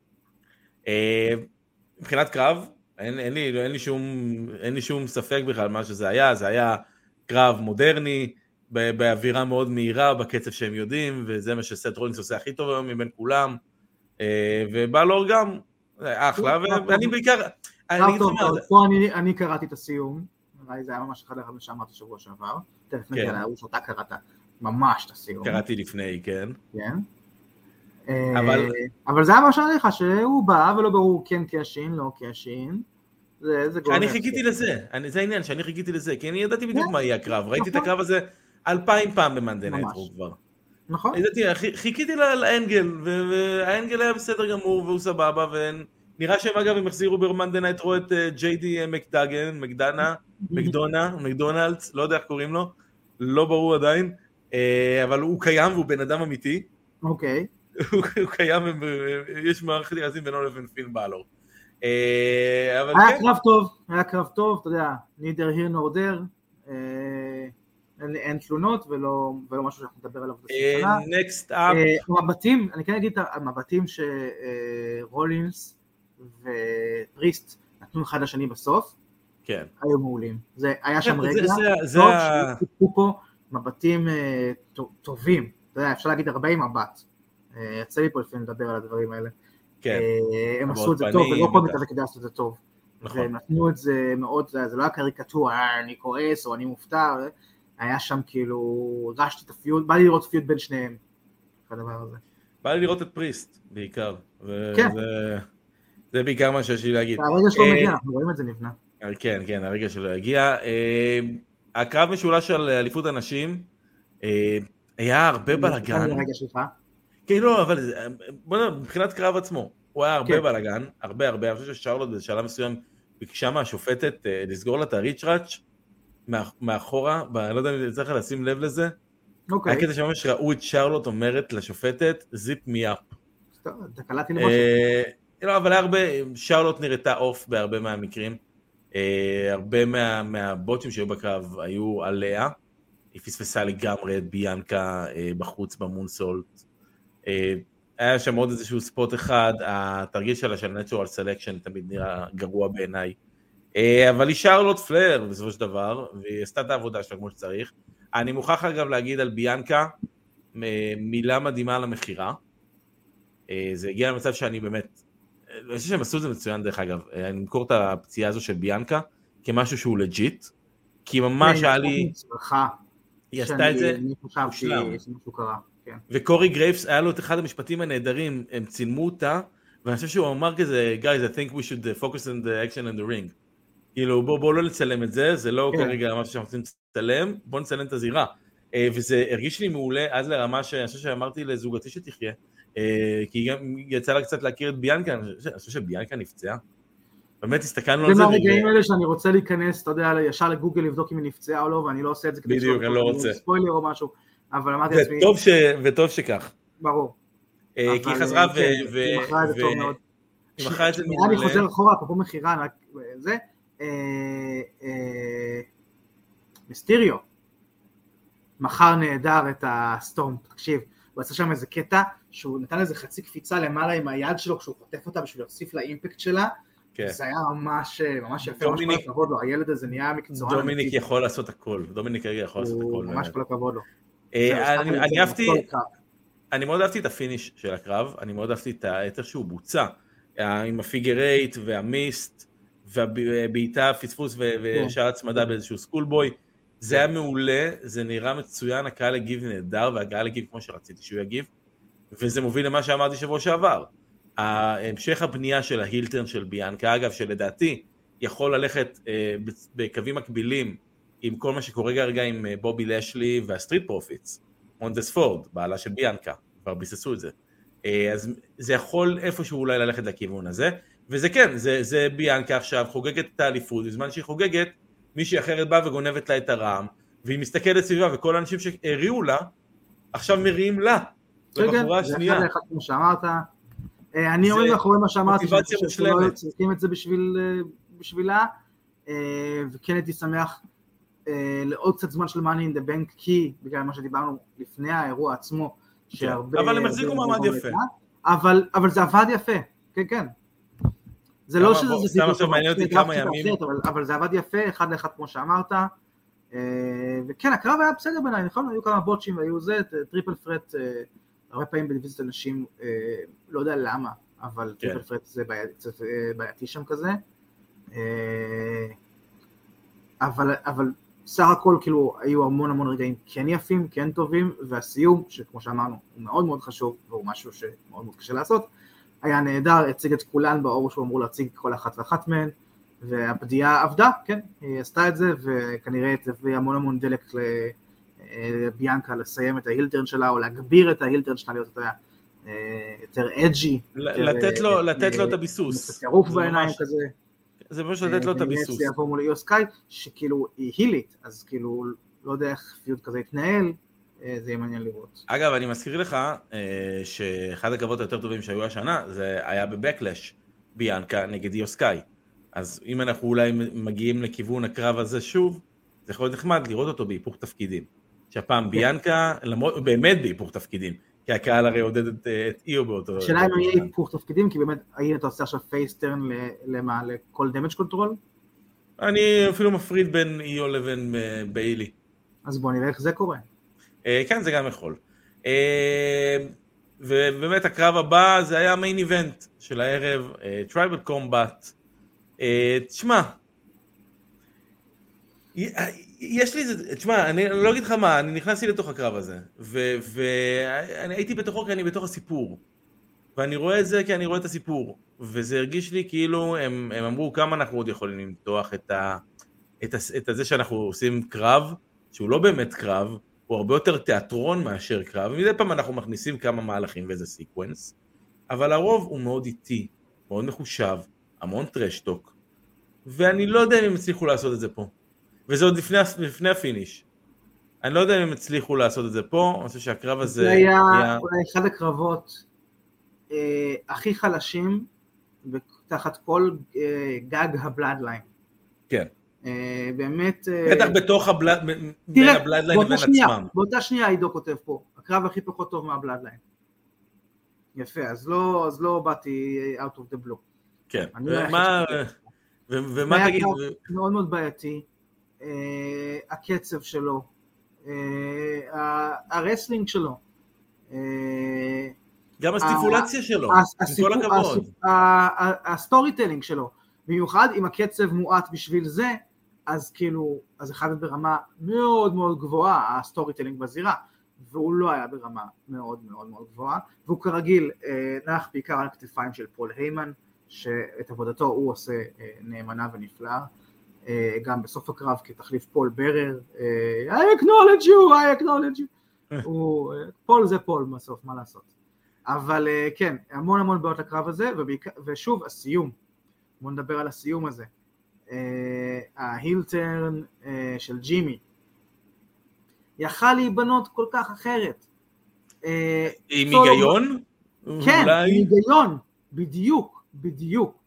מבחינת קרב, אין לי שום ספק בכלל מה שזה היה, זה היה קרב מודרני, באווירה מאוד מהירה, בקצב שהם יודעים, וזה מה שסט רולינס עושה הכי טוב היום מבין כולם, ובלור גם, אחלה, ואני בעיקר, אני קראתי את הסיום, זה היה ממש אחד שאמרתי שבוע שעבר, תכף נגיע להוא שאתה קראת ממש את הסיום. קראתי לפני, כן. כן. אבל זה היה מה שאני לך, שהוא בא ולא ברור כן קאשין, לא קאשין, אני חיכיתי לזה, זה העניין שאני חיכיתי לזה, כי אני ידעתי בדיוק מה יהיה הקרב, ראיתי את הקרב הזה 2000 פעם במאנדיי נייט רו כבר. נכון. חיכיתי לאנגל, והאנגל היה בסדר גמור, והוא סבבה, ונראה שהם אגב הם החזירו במאנדיי נייט רו את ג'יי-די מקדונלדס, לא יודע איך קוראים לו, לא ברור עדיין, אבל הוא קיים והוא בן אדם אמיתי. אוקיי. הוא קיים, יש מערכת יחסים בינו לבין פין בלור. היה קרב טוב, אתה יודע, neither here nor there, אין תלונות ולא משהו שאנחנו נדבר עליו בספנה. Next up. המבטים, אני כן אגיד את המבטים שרולינס ופריסט נתנו אחד לשני בסוף, כן. היו מעולים. זה היה שם רגע, טוב שתקפו פה מבטים טובים, אתה יודע, אפשר להגיד 40 מבט, יצא לי פה לפעמים לדבר על הדברים האלה. כן. הם עשו את זה טוב, ולא כל מתאבק כדי לעשות את זה טוב. והם נתנו את זה מאוד, זה לא היה קריקטורה, אני כועס או אני מופתע, היה שם כאילו, רשתי את הפיוד, בא לי לראות פיוד בין שניהם. כדבר הזה. בא לי לראות את פריסט, בעיקר. כן. זה בעיקר מה שיש לי להגיד. הרגע שלו מגיע, אנחנו רואים את זה נבנה. כן, כן, הרגע שלו הגיע. הקרב משולש על אליפות הנשים, היה הרבה בלגן. הרגע שלך. כן, לא, אבל מבחינת קרב עצמו, הוא היה הרבה בלגן, הרבה, אני חושב ששרלוט בשלב מסוים ביקשה מהשופטת לסגור לה את הריצ'ראץ' מאחורה, לא יודע אם צריך לשים לב לזה, היה כדי שממש ראו את שרלוט אומרת לשופטת, זיפ מי אפ. אתה קלטתי למשהו. לא, אבל הרבה, שרלוט נראתה אוף בהרבה מהמקרים, הרבה מהבוטים שהיו בקרב היו עליה, היא פספסה לגמרי את ביאנקה בחוץ במונסולט, היה שם עוד איזשהו ספוט אחד, התרגיל שלה של נטורל סלקשן תמיד נראה גרוע בעיניי, אבל היא שרלוט פלר בסופו של דבר, והיא עשתה את העבודה שלה כמו שצריך. אני מוכרח אגב להגיד על ביאנקה, מילה מדהימה על המחירה, זה הגיע למצב שאני באמת, אני חושב שהם עשו את זה מצוין דרך אגב, אני מקור את הפציעה הזו של ביאנקה, כמשהו שהוא לג'יט, כי ממש היה לי, היא עשתה את זה, וקורי גרייבס היה לו את אחד המשפטים הנהדרים, הם צילמו אותה, ואני חושב שהוא אמר כזה, guys, I think we should focus on the action in the ring. כאילו, בואו לא נצלם את זה, זה לא כרגע משהו שאנחנו רוצים לצלם, בואו נצלם את הזירה. וזה הרגיש לי מעולה, עד לרמה שאני חושב שאמרתי לזוגתי שתחיה, כי היא גם יצא לה קצת להכיר את ביאנקה, אני חושב שביאנקה נפצעה. באמת הסתכלנו על זה. זה מהרגעים האלה שאני רוצה להיכנס, אתה יודע, ישר לגוגל לבדוק אם היא נפצעה או לא, ואני לא עושה את זה כדי בדיוק, אני לא רוצה. ספוילר או משהו, אבל אמרתי לעצמי... וטוב שכך. ברור. כי היא חזרה היא מכרה את זה טוב מאוד. היא מכרה את זה אני חוזר אחורה, אפרופו מחירה, זה, מיסטריו, מחר נהדר את הסטורם, תקשיב, הוא עשה שם איזה קטע, שהוא נתן איזה חצי קפיצה למעלה עם היד שלו, כשהוא חוטף אותה בשביל להוסיף לאימפקט שלה, זה היה ממש יפה, ממש כל הכבוד לו, הילד הזה נהיה מקצוען. דומיניק יכול לעשות הכל, דומיניק יכול לעשות הכל. ממש כל הכבוד לו. אני מאוד אהבתי את הפיניש של הקרב, אני מאוד אהבתי את איך שהוא בוצע, עם הפיגר 8 והמיסט, והבעיטה, פספוס ושאר הצמדה באיזשהו סקולבוי, זה היה מעולה, זה נראה מצוין, הקהל הגיב נהדר, והקהל הגיב כמו שרציתי שהוא יגיב, וזה מוביל למה שאמרתי שבוע שעבר, המשך הבנייה של ההילטרן של ביאנקה, אגב שלדעתי יכול ללכת בקווים מקבילים, עם כל מה שקורה כרגע עם בובי לשלי והסטריט פרופיטס, מונטס פורד, בעלה של ביאנקה, כבר ביססו את זה, אז זה יכול איפשהו אולי ללכת לכיוון הזה, וזה כן, זה ביאנקה עכשיו חוגגת את האליפות, בזמן שהיא חוגגת, מישהי אחרת באה וגונבת לה את הרעם, והיא מסתכלת סביבה, וכל האנשים שהריעו לה, עכשיו מריעים לה, בבחורה השנייה. זה אחד כמו שאמרת, אני עומד מאחורי מה שאמרתי, שלא צריכים את זה בשבילה, וכן הייתי שמח לעוד קצת זמן של money in the bank, כי בגלל מה שדיברנו לפני האירוע עצמו, אבל הם החזיקו מעמד יפה. אבל זה עבד יפה, כן, כן. זה לא שזה סתם עכשיו מעניין אותי כמה ימים. אבל זה עבד יפה, אחד לאחד כמו שאמרת, וכן, הקרב היה בסדר בעיניי, נכון? היו כמה בוטשים והיו זה, טריפל פרט, הרבה פעמים בדיוויזיית אנשים, לא יודע למה, אבל טריפל פרט זה בעייתי שם כזה, אבל סך הכל כאילו היו המון רגעים כן יפים, כן טובים, והסיום, שכמו שאמרנו, הוא מאוד מאוד חשוב, והוא משהו שמאוד מאוד קשה לעשות, היה נהדר, הציג את כולן באור שהוא אמור להציג כל אחת ואחת מהן, והפדיעה עבדה, כן, היא עשתה את זה, וכנראה תביא המון דלק לביאנקה לסיים את ההילטרן שלה, או להגביר את ההילטרן שלה להיות יותר אג'י. לתת לו את הביסוס. קצת ירוק בעיניים כזה. זה ממש לתת לו את הביסוס. זה הפורמולה יוסקאי, שכאילו היא הילית, אז כאילו לא יודע איך פיוט כזה יתנהל, זה יהיה מעניין לראות. אגב, אני מזכיר לך שאחד הקרבות היותר טובים שהיו השנה, זה היה בבקלש, ביאנקה נגד יוסקאי. אז אם אנחנו אולי מגיעים לכיוון הקרב הזה שוב, זה יכול להיות נחמד לראות אותו בהיפוך תפקידים. שהפעם ביאנקה, באמת בהיפוך תפקידים, כי הקהל הרי עודד את איו באותו... השאלה אם יהיה היפוך תפקידים, כי באמת, האם אתה עושה עכשיו פייסטרן למה? לכל דמג' קונטרול? אני אפילו מפריד בין איו לבין ביילי. אז בוא נראה איך זה קורה. כן, זה גם יכול. ובאמת הקרב הבא זה היה מיין איבנט של הערב, טרייבל קומבט. תשמע, יש לי איזה, תשמע, אני לא אגיד לך מה, אני נכנסתי לתוך הקרב הזה, ואני הייתי בתוכו כי אני בתוך הסיפור, ואני רואה את זה כי אני רואה את הסיפור, וזה הרגיש לי כאילו, הם אמרו כמה אנחנו עוד יכולים למתוח את זה שאנחנו עושים קרב, שהוא לא באמת קרב, הוא הרבה יותר תיאטרון מאשר קרב, ומדי פעם אנחנו מכניסים כמה מהלכים ואיזה סיקוונס, אבל הרוב הוא מאוד איטי, מאוד מחושב, המון טרשטוק, ואני לא יודע אם הם הצליחו לעשות את זה פה. וזה עוד לפני הפיניש. אני לא יודע אם הם הצליחו לעשות את זה פה, אני חושב שהקרב הזה... זה היה אולי אחד הקרבות הכי חלשים, תחת כל גג הבלאדליין. כן. באמת... בטח בתוך בין הבלאדליין לבין עצמם. באותה שנייה עידו כותב פה, הקרב הכי פחות טוב מהבלאדליין. יפה, אז לא באתי out of the blue. כן. ומה תגיד? מאוד מאוד בעייתי. הקצב שלו, הרסלינג שלו, גם הסטיפולציה שלו, עם כל הכבוד, הסטורי טלינג שלו, במיוחד אם הקצב מועט בשביל זה, אז כאילו, אז אחד ברמה מאוד מאוד גבוהה, הסטורי טלינג בזירה, והוא לא היה ברמה מאוד מאוד מאוד גבוהה, והוא כרגיל נח בעיקר על הכתפיים של פול היימן, שאת עבודתו הוא עושה נאמנה ונפלאה, גם בסוף הקרב כתחליף פול ברר, I acknowledge you, פול זה פול בסוף, מה לעשות. אבל כן, המון המון בעיות לקרב הזה, ושוב הסיום, בואו נדבר על הסיום הזה, ההילטרן של ג'ימי, יכל להיבנות כל כך אחרת. עם היגיון? כן, עם היגיון, בדיוק.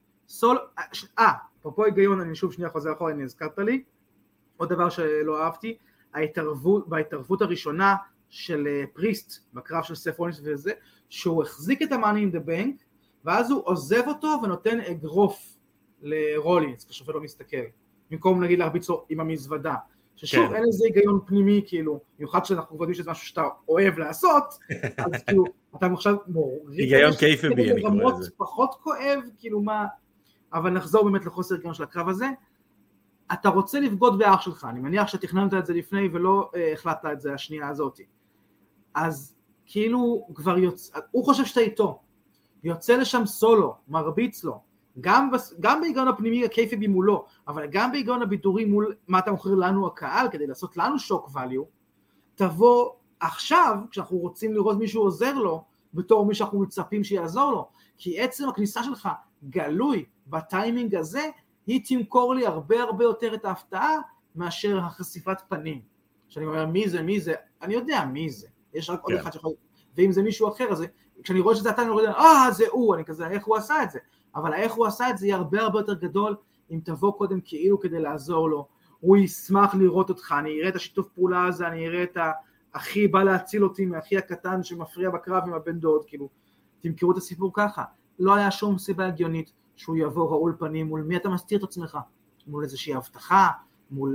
אפרופו היגיון, אני שוב שנייה חוזר אחורה, אני הזכרת לי, עוד דבר שלא אהבתי, בהתערבות הראשונה של פריסט, בקרב של סף רולינס וזה, שהוא החזיק את המאני אין דה בנק, ואז הוא עוזב אותו ונותן אגרוף לרולינס, כשהשופט לא מסתכל, במקום נגיד להרביץ לו עם המזוודה, ששוב כן. אין איזה היגיון פנימי, כאילו, במיוחד שאנחנו יודעים שזה משהו שאתה אוהב לעשות, אז כאילו, אתה עכשיו היגיון קייפבי, אני קורא לזה. פחות כואב, כאילו מה, אבל נחזור באמת לחוסר היגיון של הקרב הזה, אתה רוצה לבגוד באח שלך, אני מניח שתכננת את זה לפני ולא החלטת את זה השנייה הזאת, אז כאילו כבר יוצא, הוא חושב שאתה איתו, יוצא לשם סולו, מרביץ לו, גם בהיגיון הפנימי הקייפבי מולו, אבל גם בהיגיון הבידורי מול מה אתה מוכר לנו הקהל, כדי לעשות לנו שוק ואליו, תבוא עכשיו, כשאנחנו רוצים לראות מישהו עוזר לו, בתור מי שאנחנו מצפים שיעזור לו, כי עצם הכניסה שלך גלוי בטיימינג הזה, היא תמכור לי הרבה הרבה יותר את ההפתעה, מאשר החשיפת פנים. כשאני אומר מי זה, אני יודע מי זה, יש רק עוד אחד שיכול, ואם זה מישהו אחר, אז כשאני רואה שזה אתה, אני רואה, זה הוא, אני כזה, איך הוא עשה את זה? אבל איך הוא עשה את זה יהיה הרבה הרבה יותר גדול, אם תבוא קודם כאילו כדי לעזור לו, הוא ישמח לראות אותך, אני אראה את השיתוף פעולה הזה, אני אראה את האחי בא להציל אותי, מהאחי הקטן שמפריע בקרב עם הבן דוד, כאילו, תמכרו את הסיפור ככה, לא היה שום סיבה הגיונית, שהוא יבוא רעול פנים, מול מי אתה מסתיר את עצמך, מול איזושהי הבטחה, מול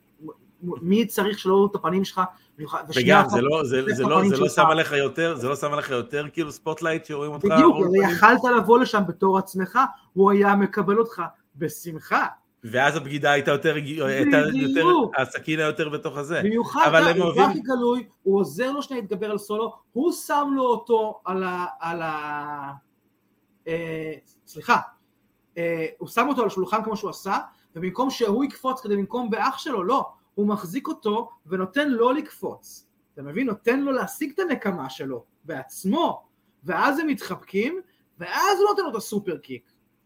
מי צריך שלא ראו את הפנים שלך, וגם זה לא שם עליך יותר כאילו ספוטלייט שרואים אותך, בדיוק, יכלת לבוא לשם בתור עצמך, הוא היה מקבל אותך בשמחה, ואז הבגידה הייתה יותר, הסכין היה יותר בתוך הזה, במיוחד, הוא רק גלוי, הוא עוזר לו שנייה להתגבר על סולו, הוא שם לו אותו הוא שם אותו על השולחן כמו שהוא עשה, ובמקום שהוא יקפוץ כדי במקום באח שלו, לא, הוא מחזיק אותו ונותן לו לקפוץ, אתה מבין? נותן לו להשיג את הנקמה שלו בעצמו, ואז הם מתחבקים, ואז הוא נותן לו את הסופר קיק.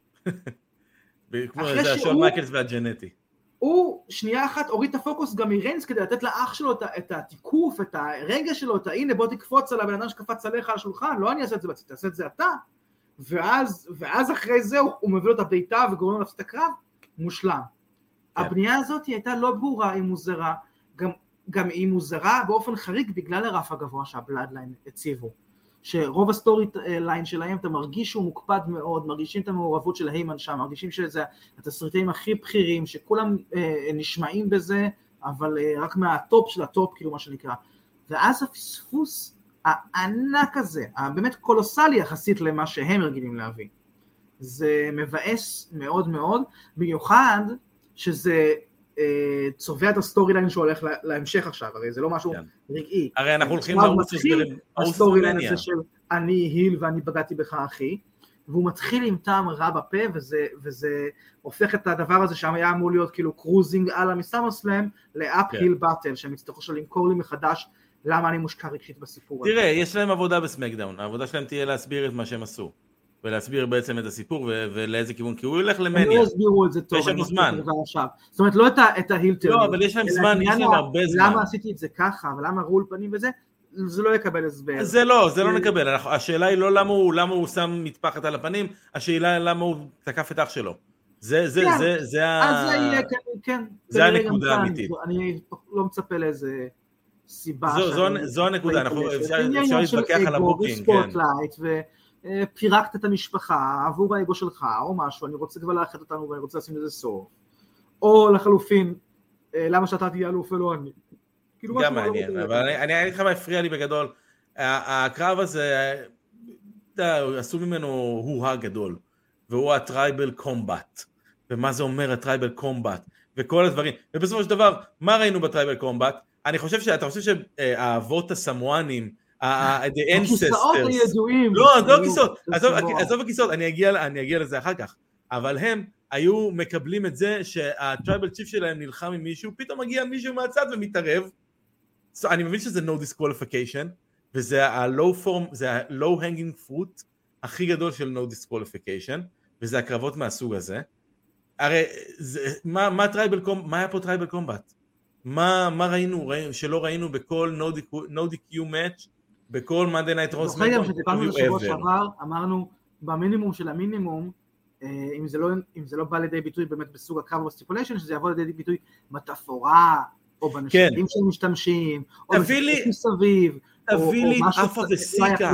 כמו זה השון מייקלס והג'נטי. הוא שנייה אחת הוריד את הפוקוס גם מריינס, כדי לתת לאח שלו את התיקוף, את הרגע שלו, את הנה בוא תקפוץ על הבן אדם שקפץ עליך על השולחן, לא אני אעשה את זה בצד, תעשה את זה אתה, ואז אחרי זה הוא מביא לו את הבעיטה וגורם לו להפסיד את הקרב, מושלם. הבנייה הזאת הייתה לא ברורה, היא מוזרה, גם היא מוזרה באופן חריג בגלל הרף הגבוה שהבלאדליין הציבו, שרוב הסטורי ליין שלהם אתה מרגיש שהוא מוקפד מאוד, מרגישים את המעורבות של היימן שם, מרגישים שזה התסריטאים הכי בכירים, שכולם נשמעים בזה, אבל רק מהטופ של הטופ, כאילו מה שנקרא, ואז הפספוס הענק הזה, באמת קולוסלי יחסית למה שהם רגילים להביא, זה מבאס מאוד מאוד, במיוחד שזה צובע את הסטורי ליין שהולך להמשך עכשיו, הרי זה לא משהו רגעי. הרי אנחנו הולכים לערוץ הסטורי ליין הזה של אני היל ואני בגעתי בך אחי, והוא מתחיל עם טעם רע בפה, וזה הופך את הדבר הזה שם היה אמור להיות כאילו קרוזינג על המסמרסלאם, לאפ-היל באטל, שהם יצטרכו למכור לי מחדש, למה אני מושקע רגשית בסיפור הזה. תראה, יש להם עבודה בסמקדאון, העבודה שלהם תהיה להסביר את מה שהם עשו, ולהסביר בעצם את הסיפור ולאיזה כיוון, כי הוא ילך למניה. הם לא יסבירו את זה טוב. יש לנו זמן. זאת אומרת, לא את ההילטר. לא, אבל יש להם זמן, יש להם הרבה זמן. למה עשיתי את זה ככה, ולמה רול פנים וזה, זה לא יקבל הסבר. זה לא נקבל. השאלה היא לא למה הוא שם מטפחת על הפנים, השאלה היא למה הוא תקף את אח שלו. זה הנקודה האמיתית. אני לא מצפה לאיזה סיבה. זו הנקודה, אפשר להתווכח על הבוקינג. פירקת את המשפחה עבור האגו שלך או משהו, אני רוצה כבר לאחד אותנו ואני רוצה לשים לזה סוף, או לחלופין, למה שאתה תהיה אלוף ולא אני. גם מעניין, אבל אני אגיד לך מה הפריע לי בגדול, הקרב הזה, עשו ממנו הוא גדול, והוא הטרייבל קומבט, ומה זה אומר הטרייבל קומבט, וכל הדברים, ובסופו של דבר, מה ראינו בטרייבל קומבט? אני חושב אתה חושב שהאבות הסמואנים, הכיסאות הידועים. לא, עזוב הכיסאות, אני אגיע לזה אחר כך, אבל הם היו מקבלים את זה שהטרייבל צ'יפ שלהם נלחם עם מישהו, פתאום מגיע מישהו מהצד ומתערב, אני מבין שזה no disqualification, וזה ה-low hanging fruit הכי גדול של no disqualification, וזה הקרבות מהסוג הזה. הרי מה היה פה טרייבל קומבט? מה ראינו שלא ראינו בכל no DQ match, בכל Monday Night Raw? זוכר גם שדיברנו בשבוע שעבר, אמרנו במינימום של המינימום, אם זה לא בא לידי ביטוי באמת בסוג הקרב או בסטיפוליישן, שזה יבוא לידי ביטוי בתפאורה, או בנשקים שהם משתמשים, או בסטיפ מסביב, תביא לי אפה וסיקה,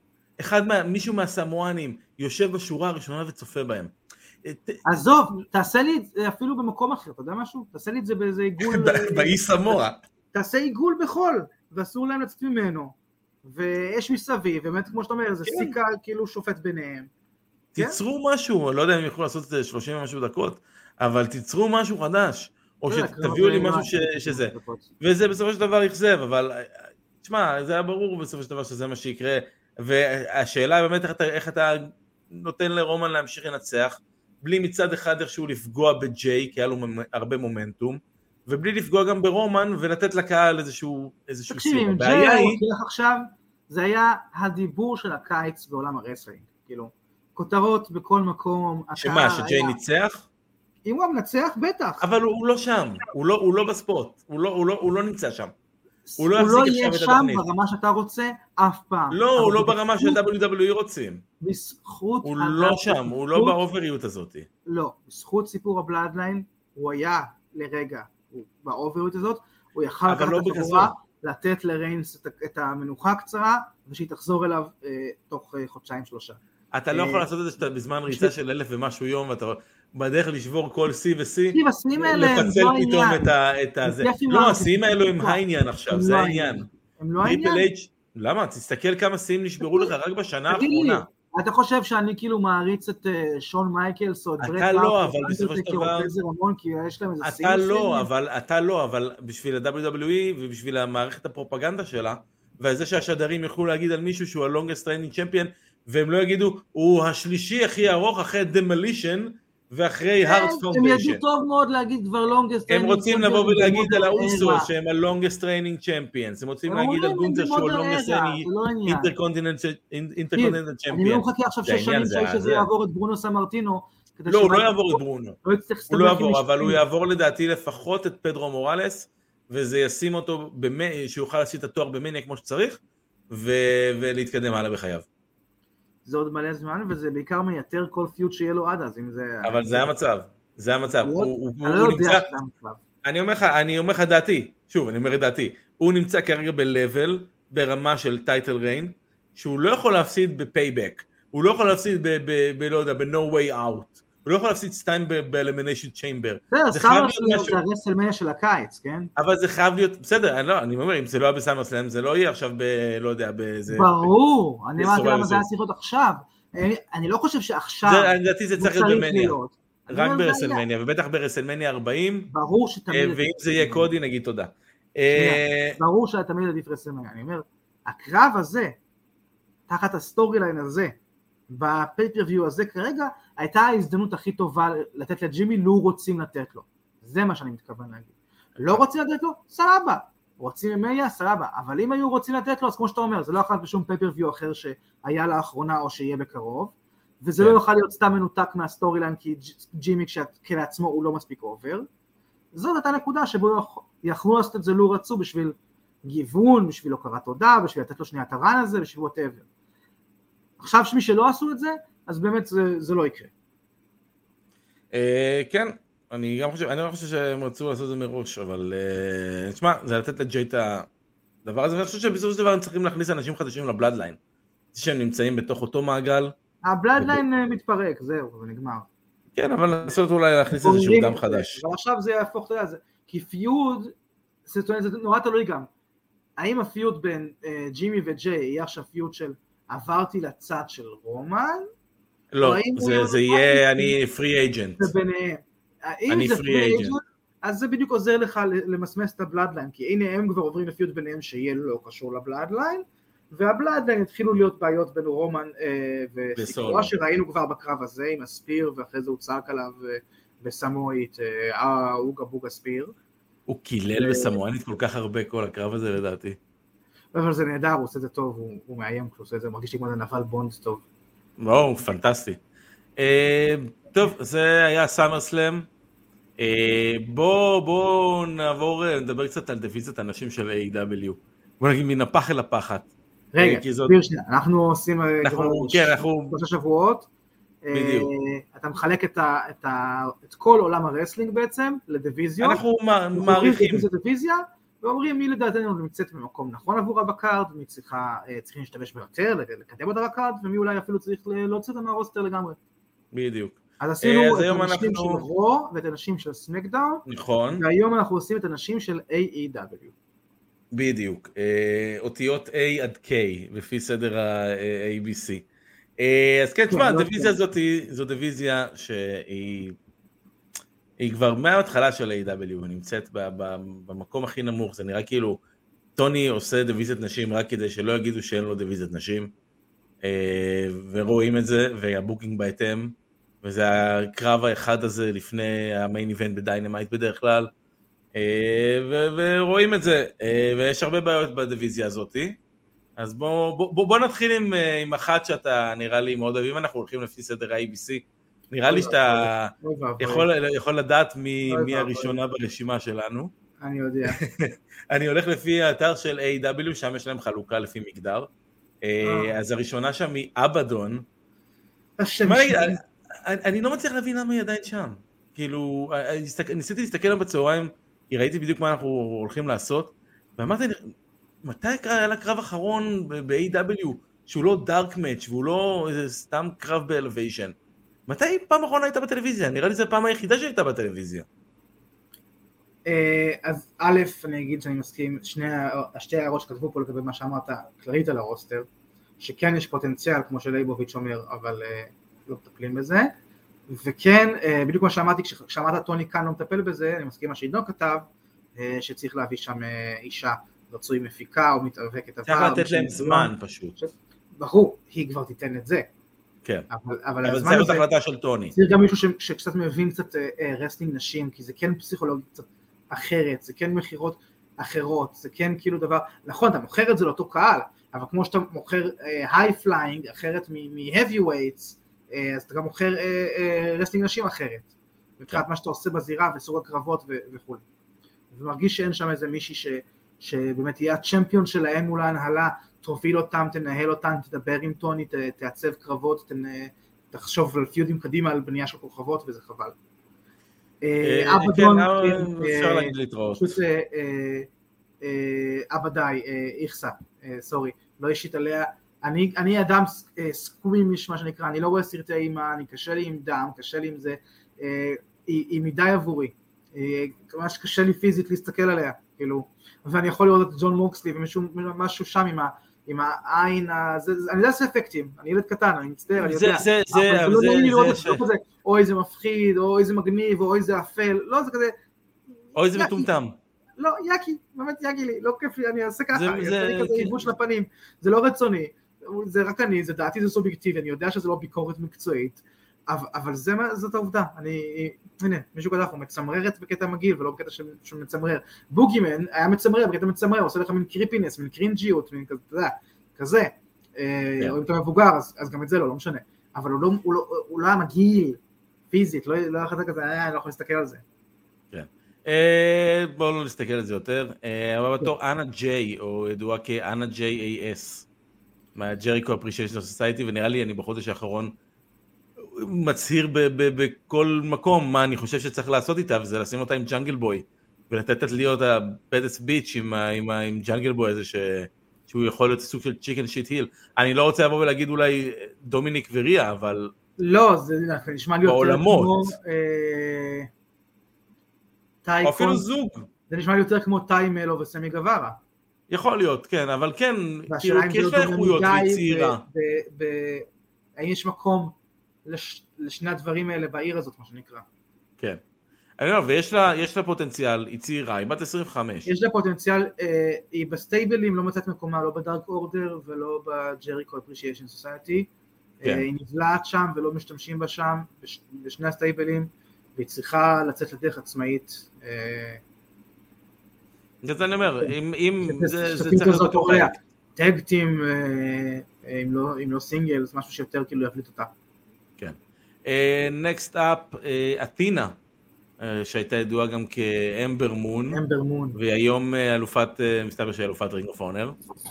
מישהו מהסמואנים יושב בשורה הראשונה וצופה בהם. עזוב, תעשה לי את זה אפילו במקום אחר, אתה יודע משהו? תעשה לי את זה באיזה עיגול, באי סמורה. תעשה עיגול בחול, ואסור להם לצאת ממנו, ויש מסביב, באמת כמו שאתה אומר, זה סיקה כאילו שופט ביניהם. תיצרו משהו, לא יודע אם יוכלו לעשות את זה 30 ומשהו דקות, אבל תיצרו משהו חדש, או שתביאו לי משהו שזה, וזה בסופו של דבר יחזב, אבל תשמע, זה היה ברור בסופו של דבר שזה מה שיקרה, והשאלה היא באמת איך אתה נותן לרומן להמשיך לנצח, בלי מצד אחד איכשהו לפגוע בג'יי, כי היה לו הרבה מומנטום, ובלי לפגוע גם ברומן, ולתת לקהל איזשהו סיום. תקשיבים, ג'יי הולך עכשיו, זה היה הדיבור של הקיץ בעולם הרסלינג, כאילו, כותרות בכל מקום. שמה, שג'יי ניצח? אם הוא מנצח, בטח. אבל הוא לא שם, הוא לא בספוט, הוא לא נמצא שם. הוא לא יהיה שם ברמה שאתה רוצה אף פעם. לא, הוא לא ברמה של WWE רוצים. בזכות... הוא לא שם, הוא לא באובריות הזאת. לא, בזכות סיפור הבלאדליין, הוא היה לרגע באובריות הזאת, הוא יכל לקחת את החבורה, לתת לריינס את המנוחה הקצרה, ושהיא תחזור אליו תוך חודשיים-שלושה. אתה לא יכול לעשות את זה שאתה בזמן ריצה של 1000 ומשהו יום, ואתה בדרך לשבור כל C ו-C, לפצל פתאום את הזה. לא, השיאים האלו הם העניין עכשיו, זה העניין. הם לא העניין? למה? תסתכל כמה שיאים נשברו לך רק בשנה האחרונה. אתה חושב שאני כאילו מעריץ את שון מייקלס או אתה לא, אבל בסופו של דבר... אתה לא, אבל בשביל ה-WWE ובשביל המערכת הפרופגנדה שלה, וזה שהשדרים יוכלו להגיד על מישהו שהוא ה-longest reigning champion, והם לא יגידו, הוא השלישי הכי ארוך אחרי Demolition, ואחרי Hart Foundation. הם ידעו טוב מאוד להגיד כבר longest reigning champion. הם רוצים לבוא ולהגיד על האוסו שהם ה-longest reigning champions. הם רוצים להגיד על גונטר שהוא ה-longest reigning intercontinental champion. אני לא מחכה עכשיו 6 שנים שזה יעבור את ברונו סמרטינו. לא, הוא לא יעבור את ברונו. הוא לא יעבור, אבל הוא יעבור לדעתי לפחות את פדרו מורלס, וזה ישים אותו, שיוכל להשיג את התואר במניה כמו שצריך, ולהתקדם הלאה בחייו. זה עוד מלא זמן, וזה בעיקר מייתר כל פיוט שיהיה לו עד אז, אם זה... אבל זה המצב, זה המצב. אני לא יודע שזה המצב. אני אומר לך דעתי, שוב, אני אומר את דעתי, הוא נמצא כרגע ב-level, ברמה של טייטל ריין, שהוא לא יכול להפסיד בפייבק, הוא לא יכול להפסיד לא יודע, ב-no way out, הוא לא יכול להפסיד סתם ב-elimination chamber. זה סאמרסלאם זה הרסלמניה של הקיץ, כן? אבל זה חייב להיות, בסדר, אני אומר, אם זה לא היה בסאמרסלאם, זה לא יהיה עכשיו לא יודע, באיזה... ברור, אני אמרתי למה זה היה צריך להיות עכשיו. אני לא חושב שעכשיו... לדעתי זה צריך להיות במניה. רק ברסלמניה, ובטח ברסלמניה 40, ברור שתמיד... ואם זה יהיה קודי, נגיד תודה. ברור שתמיד עדיף רסלמניה, אני אומר, הקרב הזה, תחת הסטורי ליין הזה, בפייפריוויו הזה כרגע, הייתה ההזדמנות הכי טובה לתת לג'ימי, לו רוצים לתת לו. זה מה שאני מתכוון להגיד. לא רוצים לתת לו? סבבה. רוצים ממיה? סבבה. אבל אם היו רוצים לתת לו, אז כמו שאתה אומר, זה לא יכול להיות בשום פייפריוויו אחר שהיה לאחרונה או שיהיה בקרוב, וזה לא יוכל להיות סתם מנותק מהסטורי ליין, כי ג'ימי כשלעצמו הוא לא מספיק אובר. זאת הייתה נקודה שבו יכלו לעשות את זה לו רצו בשביל גיוון, בשביל הוקרת תודה, בשביל לתת לו שנייה את הרן הזה, בשביל whatever. עכשיו שמי שלא עשו את זה, אז באמת זה לא יקרה. כן, אני לא חושב שהם רצו לעשות את זה מראש, אבל תשמע, זה לתת לג'יי את הדבר הזה, ואני חושב שבסופו של דבר הם צריכים להכניס אנשים חדשים לבלאדליין, שהם נמצאים בתוך אותו מעגל. הבלאדליין מתפרק, זהו, זה נגמר. כן, אבל לעשות אולי להכניס איזשהו דם חדש. אבל עכשיו זה יהפוך, אתה יודע, כי פיוד, זה נורא תלוי גם, האם הפיוד בין ג'ימי וג'יי יהיה עכשיו פיוד של עברתי לצד של רומן? לא, זה יהיה אני פרי אייג'נט. אני פרי אייג'נט. אז זה בדיוק עוזר לך למסמס את הבלאדליין, כי הנה הם כבר עוברים לפיוד ביניהם שיהיה לא קשור לבלאדליין, והבלאדליין התחילו להיות בעיות בין רומן וסיקורה שראינו כבר בקרב הזה עם הספיר, ואחרי זה הוא צעק עליו בסמואית, אוגה בוגה ספיר. הוא קילל בסמואנית כל כך הרבה כל הקרב הזה לדעתי. אבל זה נהדר, הוא עושה את זה טוב, הוא מאיים כשהוא עושה את זה, מרגיש לי כמו זה נפל בונד טוב. לא, הוא פנטסטי. טוב, זה היה סאמר סלאם. בואו נעבור, נדבר קצת על דיוויזיית הנשים של A.W. בואו נגיד מן הפח אל הפחת. רגע, תסביר שנייה, אנחנו עושים שלושה שבועות, אתה מחלק את כל עולם הרסלינג בעצם לדיוויזיות, אנחנו מעריכים דיוויזיה, ואומרים מי לדעתנו נמצאת במקום נכון עבורה בקארד, מי צריכים להשתמש ביותר, לקדם אותה בקארד, ומי אולי אפילו צריך להוציא אותה מהרוסטר לגמרי. בדיוק. אז עשינו את הנשים של רו ואת הנשים של סמקדאון, נכון. והיום אנחנו עושים את הנשים של AEW. בדיוק, אותיות A עד K, לפי סדר ה-ABC. אז כן, תשמע, הדיוויזיה הזאת זו דיוויזיה שהיא כבר מההתחלה של A.W. ונמצאת במקום הכי נמוך, זה נראה כאילו טוני עושה דיוויזיית נשים רק כדי שלא יגידו שאין לו דיוויזיית נשים, ורואים את זה, והבוקינג בהתאם, וזה הקרב האחד הזה לפני המיין איבנט בדיינמייט בדרך כלל, ורואים את זה, ויש הרבה בעיות בדיוויזיה הזאת, אז בוא נתחיל עם אחת שאתה נראה לי מאוד אוהבים, אנחנו הולכים לפי סדר ה-ABC, נראה לי שאתה יכול לדעת מי הראשונה ברשימה שלנו. אני יודע. אני הולך לפי האתר של A.W, שם יש להם חלוקה לפי מגדר. אז הראשונה שם היא אבדון. אני לא מצליח להבין למה היא עדיין שם. כאילו, ניסיתי להסתכל עליהם בצהריים, כי ראיתי בדיוק מה אנחנו הולכים לעשות, ואמרתי, מתי היה לה קרב אחרון ב-A.W, שהוא לא דארק מאץ' והוא לא סתם קרב באלוויישן? מתי פעם אחרונה הייתה בטלוויזיה? נראה לי זו הפעם היחידה שהייתה בטלוויזיה. אז א', אני אגיד שאני מסכים, שתי הערות שכתבו פה לגבי מה שאמרת, כללית על הרוסטר, שכן יש פוטנציאל, כמו שלייבוביץ' אומר, אבל לא מטפלים בזה, וכן, בדיוק כמו שאמרתי, כשאמרת טוני כאן לא מטפל בזה, אני מסכים מה שעידו כתב, שצריך להביא שם אישה רצוי מפיקה או מתאבקת. צריך לתת להם זמן פשוט. ברור, היא כבר תיתן את זה. כן, אבל זה זאת החלטה של טוני. צריך גם מישהו שקצת מבין קצת רסלינג נשים, כי זה כן פסיכולוגיה קצת אחרת, זה כן מחירות אחרות, זה כן כאילו דבר, נכון, אתה מוכר את זה לאותו קהל, אבל כמו שאתה מוכר היי פליינג אחרת מ-heavyweights, אז אתה גם מוכר רסלינג נשים אחרת, מבחינת מה שאתה עושה בזירה וסוג הקרבות וכו'. ומרגיש שאין שם איזה מישהי שבאמת יהיה הצ'מפיון שלהם מול ההנהלה, תוביל אותם, תנהל אותם, תדבר עם טוני, תעצב קרבות, תחשוב על פיודים קדימה, על בנייה של כוכבות, וזה חבל. אבדון, אפשר להגיד להתראות. אבדאי, איכסה, סורי, לא אישית עליה, אני אדם סקווימיש, מה שנקרא, אני לא רואה סרטי אימה, אני קשה לי עם דם, קשה לי עם זה, היא מדי עבורי, ממש קשה לי פיזית להסתכל עליה, כאילו, ואני יכול לראות את ג'ון מוקסלי ומשהו שם עם העין, אני יודע שזה אפקטים, אני ילד קטן, אני מצטער, אני יודע, זה לא נעים לי לראות את זה, לא כזה, אוי זה מפחיד, או איזה מגניב, או איזה אפל, לא, זה כזה, או איזה מטומטם. לא, יקי, באמת יקי לי, לא כיף לי, אני אעשה ככה, אני אעשה לי כזה עיבוד של הפנים, זה לא רצוני, זה רק אני, זה דעתי, זה סובייקטיבי, אני יודע שזה לא ביקורת מקצועית, אבל זאת העובדה, הנה, מישהו כזה, הוא מצמררת בקטע מגעיל, ולא בקטע שהוא מצמרר. בוגימן היה מצמרר, בקטע מצמרר, עושה לך מין קריפינס, מין קרינג'יות, מין כזה, או אם אתה מבוגר, אז גם את זה לא משנה, אבל הוא לא היה מגעיל, פיזית, לא היה חזק כזה, אני לא יכול להסתכל על זה. כן. בואו לא נסתכל על זה יותר, אבל בתור אנה ג'יי, או ידועה כאנה JAS, מה-Jericho Appreciation Society, ונראה לי אני בחודש האחרון מצהיר בכל מקום מה אני חושב שצריך לעשות איתה, וזה לשים אותה עם ג'אנגל בוי, ולתת את להיות הבדס ביץ' עם ג'אנגל בוי הזה שהוא יכול להיות סוג של צ'יקן שיט היל. אני לא רוצה לבוא ולהגיד אולי דומיניק וריה, אבל לא, זה נשמע לי יותר כמו או אפילו זוג. זה נשמע לי יותר כמו טאי מלו וסמי גווארה. יכול להיות, כן, אבל כן, כאילו, כי יש לה איכויות והיא צעירה. האם יש מקום לשני הדברים האלה בעיר הזאת, מה שנקרא? כן. אני לא, ויש לה פוטנציאל, היא צעירה, היא בת 25. יש לה פוטנציאל, היא בסטייבלים, לא מצאת מקומה, לא בדארק אורדר ולא בג'ריקו אפרישיישן סוסייטי. היא נבלעת שם ולא משתמשים בה שם, בשני הסטייבלים, והיא צריכה לצאת לדרך עצמאית. זה אני אומר, אם זה צריך להיות אותו חלק. טאגטים, אם לא סינגל, זה משהו שיותר כאילו יבליט אותה. כן. Next up, אתינה, שהייתה ידועה גם כאמבר מון. אמבר מון. והיא היום מסתבר שהיא אלופת רינג אוף אונר.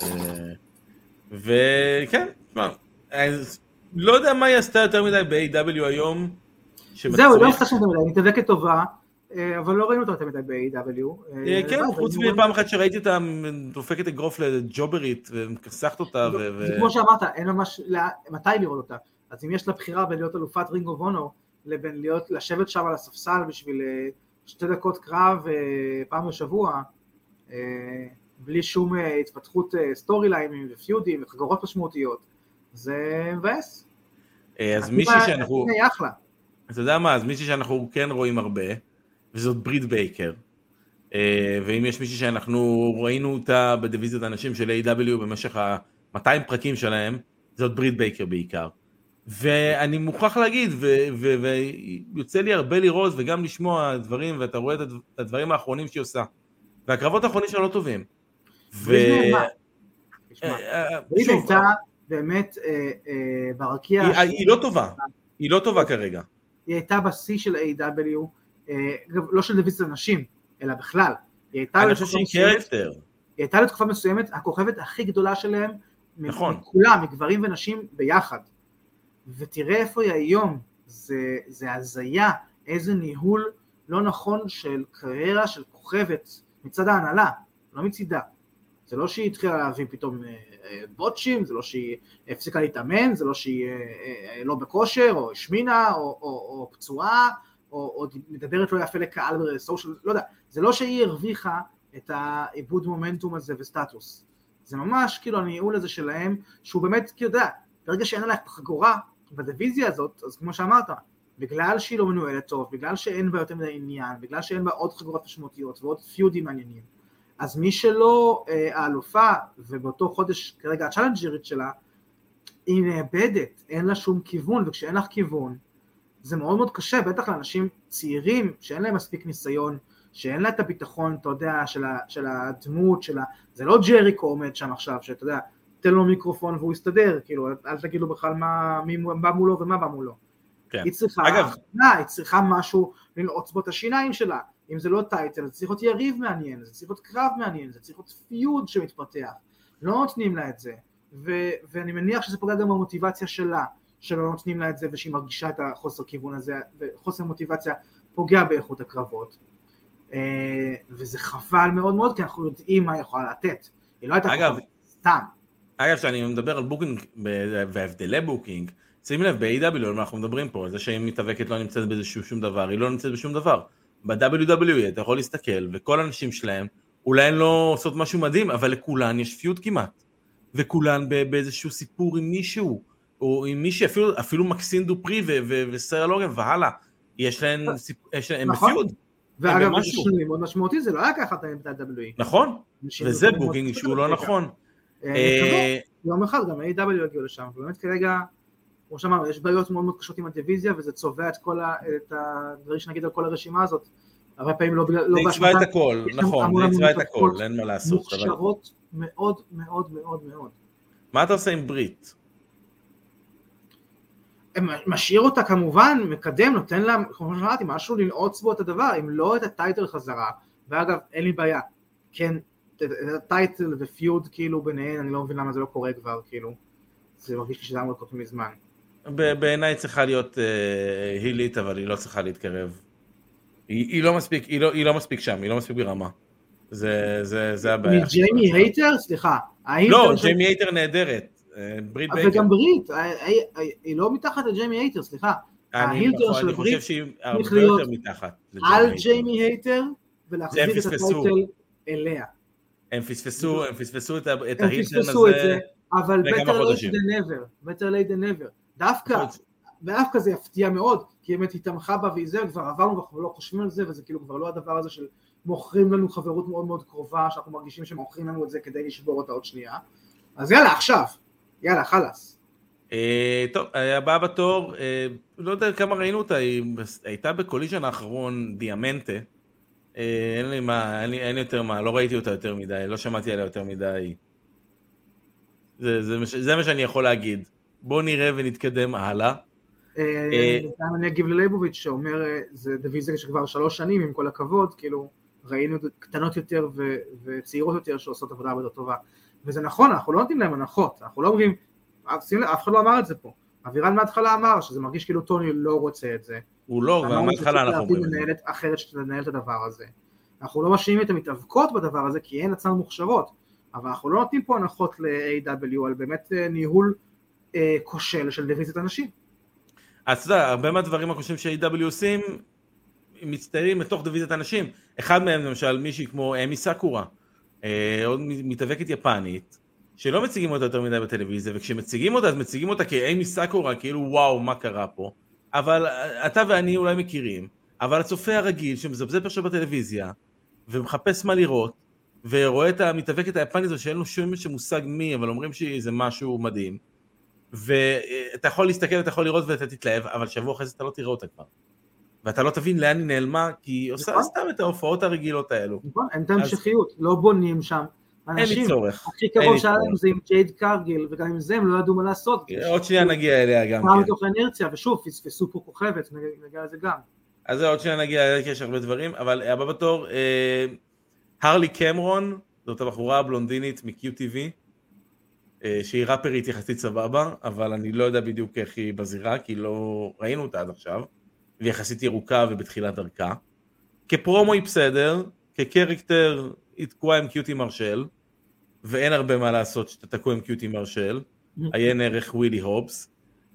וכן, לא יודע מה היא עשתה יותר מדי ב-AW היום. זהו, לא עשתה שם יותר מדי, היא מתאבקת טובה. אבל לא ראינו אותה יותר מדי ב-AW. כן, חוץ מפעם אחת שראיתי אותה דופקת אגרוף לג'וברית ומכסחת אותה. זה כמו שאמרת, אין ממש מתי לראות אותה. אז אם יש לה בחירה בין להיות אלופת רינג אוף אונור, לבין לשבת שם על הספסל בשביל 2 דקות קרב פעם בשבוע, בלי שום התפתחות סטורי ליינים ופיודים וחגורות משמעותיות, זה מבאס. אז מישהי שאנחנו... זה אחלה. אתה יודע מה, אז מישהי שאנחנו כן רואים הרבה, וזאת ברית בייקר, ואם יש מישהי שאנחנו ראינו אותה בדיוויזיות האנשים של A.W. במשך ה-200 פרקים שלהם, זאת ברית בייקר בעיקר. ואני מוכרח להגיד, ויוצא לי הרבה לראות וגם לשמוע דברים, ואתה רואה את הדברים האחרונים שהיא עושה, והקרבות האחרונים שלה לא טובים. ברית הייתה באמת ברקיע... היא לא טובה, היא לא טובה כרגע. היא הייתה בשיא של A.W. לא של דיוויזיות הנשים, אלא בכלל. היא הייתה לתקופה מסוימת, הכוכבת הכי גדולה שלהם, מכולם, מגברים ונשים ביחד. ותראה איפה היא היום, זה הזיה, איזה ניהול לא נכון של קריירה של כוכבת מצד ההנהלה, לא מצידה. זה לא שהיא התחילה להביא פתאום בוטשים, זה לא שהיא הפסיקה להתאמן, זה לא שהיא לא בכושר, או השמינה, או פצועה, או מדברת לא יפה לקהל בסושיאל, לא יודע, זה לא שהיא הרוויחה את העיבוד מומנטום הזה וסטטוס. זה ממש כאילו הניהול הזה שלהם, שהוא באמת, כי יודע, ברגע שאין עליה חגורה בדיוויזיה הזאת, אז כמו שאמרת, בגלל שהיא לא מנוהלת טוב, בגלל שאין בה יותר מדי עניין, בגלל שאין בה עוד חגורות משמעותיות ועוד פיודים מעניינים, אז מי שלא האלופה, ובאותו חודש כרגע הצ'אלנג'רית שלה, היא נאבדת, אין לה שום כיוון, וכשאין לך כיוון, זה מאוד מאוד קשה, בטח לאנשים צעירים, שאין להם מספיק ניסיון, שאין לה את הביטחון, אתה יודע, של הדמות, זה לא ג'ריקו עומד שם עכשיו, שאתה יודע, תן לו מיקרופון והוא יסתדר, כאילו, אל תגיד לו בכלל מי בא מולו ומה בא מולו. כן. היא צריכה משהו לנעוץ בו את השיניים שלה, אם זה לא טייטל, זה צריך להיות יריב מעניין, זה צריך להיות קרב מעניין, זה צריך להיות פיוד שמתפתח, לא נותנים לה את זה, ואני מניח שזה פוגע גם במוטיבציה שלה, שלא נותנים לה את זה, ושהיא מרגישה את החוסר כיוון הזה, וחוסר מוטיבציה פוגע באיכות הקרבות, וזה חבל מאוד מאוד, כי אנחנו יודעים מה יכולה לתת, היא לא הייתה סתם. אגב, שאני מדבר על בוקינג והבדלי בוקינג, שימי לב, ב-AW אנחנו מדברים פה, זה שהיא מתאבקת לא נמצאת באיזשהו שום דבר, היא לא נמצאת בשום דבר. ב-WWE אתה יכול להסתכל, וכל האנשים שלהם, אולי הן לא עושות משהו מדהים, אבל לכולן יש פיוט כמעט. וכולן באיזשהו סיפור עם מישהו, או עם מישהי, אפילו מקסין דופרי וסרה לוגן, והלאה, יש להם בפיוד. ואגב, זה שינוי מאוד משמעותי, זה לא היה ככה את ה-WWE. נכון, וזה בוקינג שהוא לא נכון. יום אחד גם ה-AW הגיעו לשם, ובאמת כרגע, כמו שאמר, יש בעיות מאוד מאוד קשות עם הדיוויזיה, וזה צובע את הדברים שנגיד על כל הרשימה הזאת, הרבה פעמים לא באשמתם. זה יצבע את הכל, נכון, זה יצבע את הכל, אין מה לעשות. מוכשרות מאוד מאוד מאוד מאוד. מה אתה עושה עם ברית? משאיר אותה כמובן, מקדם, נותן לה, כמו שאמרתי, משהו לנעוץ בו את הדבר, אם לא את הטייטל חזרה, ואגב, אין לי בעיה, כן, הטייטל ופיוד כאילו ביניהן, אני לא מבין למה זה לא קורה כבר, כאילו, זה מרגיש לי שזה אמור לקרות מזמן. בעיניי צריכה להיות הילית, אבל היא לא צריכה להתקרב. היא לא מספיק שם, היא לא מספיק ברמה. זה הבעיה. מג'יימי הייטר? סליחה. לא, ג'יימי הייטר נהדרת. ברית בייקר. וגם ברית, היא לא מתחת לג'יימי הייטר, סליחה. אני חושב שהיא הרבה יותר מתחת. על ג'יימי הייטר, ולהחזיר את הטייטל אליה. הם פספסו את ההילטרן הזה. הם פספסו את זה, אבל better late than never. דווקא זה יפתיע מאוד, כי באמת היא תמכה בה והיא זה, כבר עברנו ואנחנו לא חושבים על זה, וזה כאילו כבר לא הדבר הזה של מוכרים לנו חברות מאוד מאוד קרובה, שאנחנו מרגישים שמוכרים לנו את זה כדי לשבור אותה עוד שנייה. אז יאללה, עכשיו. יאללה, חלס. טוב, הבאה בתור, לא יודע כמה ראינו אותה, היא הייתה בקוליז'ן האחרון, דיאמנטה. אין לי יותר מה, לא ראיתי אותה יותר מדי, לא שמעתי עליה יותר מדי. זה מה שאני יכול להגיד. בואו נראה ונתקדם הלאה. אני אגיב ללייבוביץ' שאומר, זה דיוויזיה שכבר 3 שנים, עם כל הכבוד, כאילו, ראינו קטנות יותר וצעירות יותר שעושות עבודה הרבה יותר טובה. וזה נכון, אנחנו לא נותנים להם הנחות, אנחנו לא אומרים, אף אחד לא אמר את זה פה. אבירן מההתחלה אמר שזה מרגיש כאילו טוני לא רוצה את זה. הוא לא, ומההתחלה אנחנו אומרים את זה. מנהלת אחרת שתנהל את הדבר הזה. אנחנו לא משאירים את המתאבקות בדבר הזה, כי הן עצמן מוכשרות, אבל אנחנו לא נותנים פה הנחות ל-AW על באמת ניהול כושל של דיוויזיית אנשים. אז אתה יודע, הרבה מהדברים הכושלים ש-AW עושים, מצטיירים מתוך דיוויזיית אנשים. אחד מהם למשל מישהי כמו אמי סאקורה, עוד מתאבקת יפנית, שלא מציגים אותה יותר מדי בטלוויזיה, וכשמציגים אותה, אז מציגים אותה כאמי סאקורה, כאילו וואו, מה קרה פה? אבל אתה ואני אולי מכירים, אבל הצופה הרגיל שמזבזב עכשיו בטלוויזיה, ומחפש מה לראות, ורואה את המתאבקת היפנית הזו, שאין לו שום מושג מי, אבל אומרים שזה משהו מדהים, ואתה יכול להסתכל, אתה יכול לראות ואתה תתלהב, אבל שבוע אחרי זה אתה לא תראה אותה כבר. ואתה לא תבין לאן היא נעלמה, כי היא עושה סתם את ההופעות הרגילות האלו. נכון, אין את המשכיות, לא בונים שם. אין לי צורך. הכי קרוב שהיה להם זה עם ג'ייד קרגיל, וגם עם זה הם לא ידעו מה לעשות. עוד שנייה נגיע אליה גם. פעם מתוך האנרציה, ושוב, פספסו פה כוכבת, נגיע לזה גם. אז עוד שנייה נגיע אליה, כי יש הרבה דברים, אבל הבא בתור, הרלי קמרון, זאת הבחורה הבלונדינית מ-QTV, שהיא ראפרית יחסית סבבה, אבל אני לא יודע בדיוק איך היא בזירה, כי לא ראינו אותה עד עכשיו, והיא יחסית ירוקה ובתחילת דרכה. כפרומו היא בסדר, כקרקטר היא תקועה עם קיוטי מרשל, ואין הרבה מה לעשות שאתה תקוע עם קיוטי מרשל, עיין ערך ווילי הובס.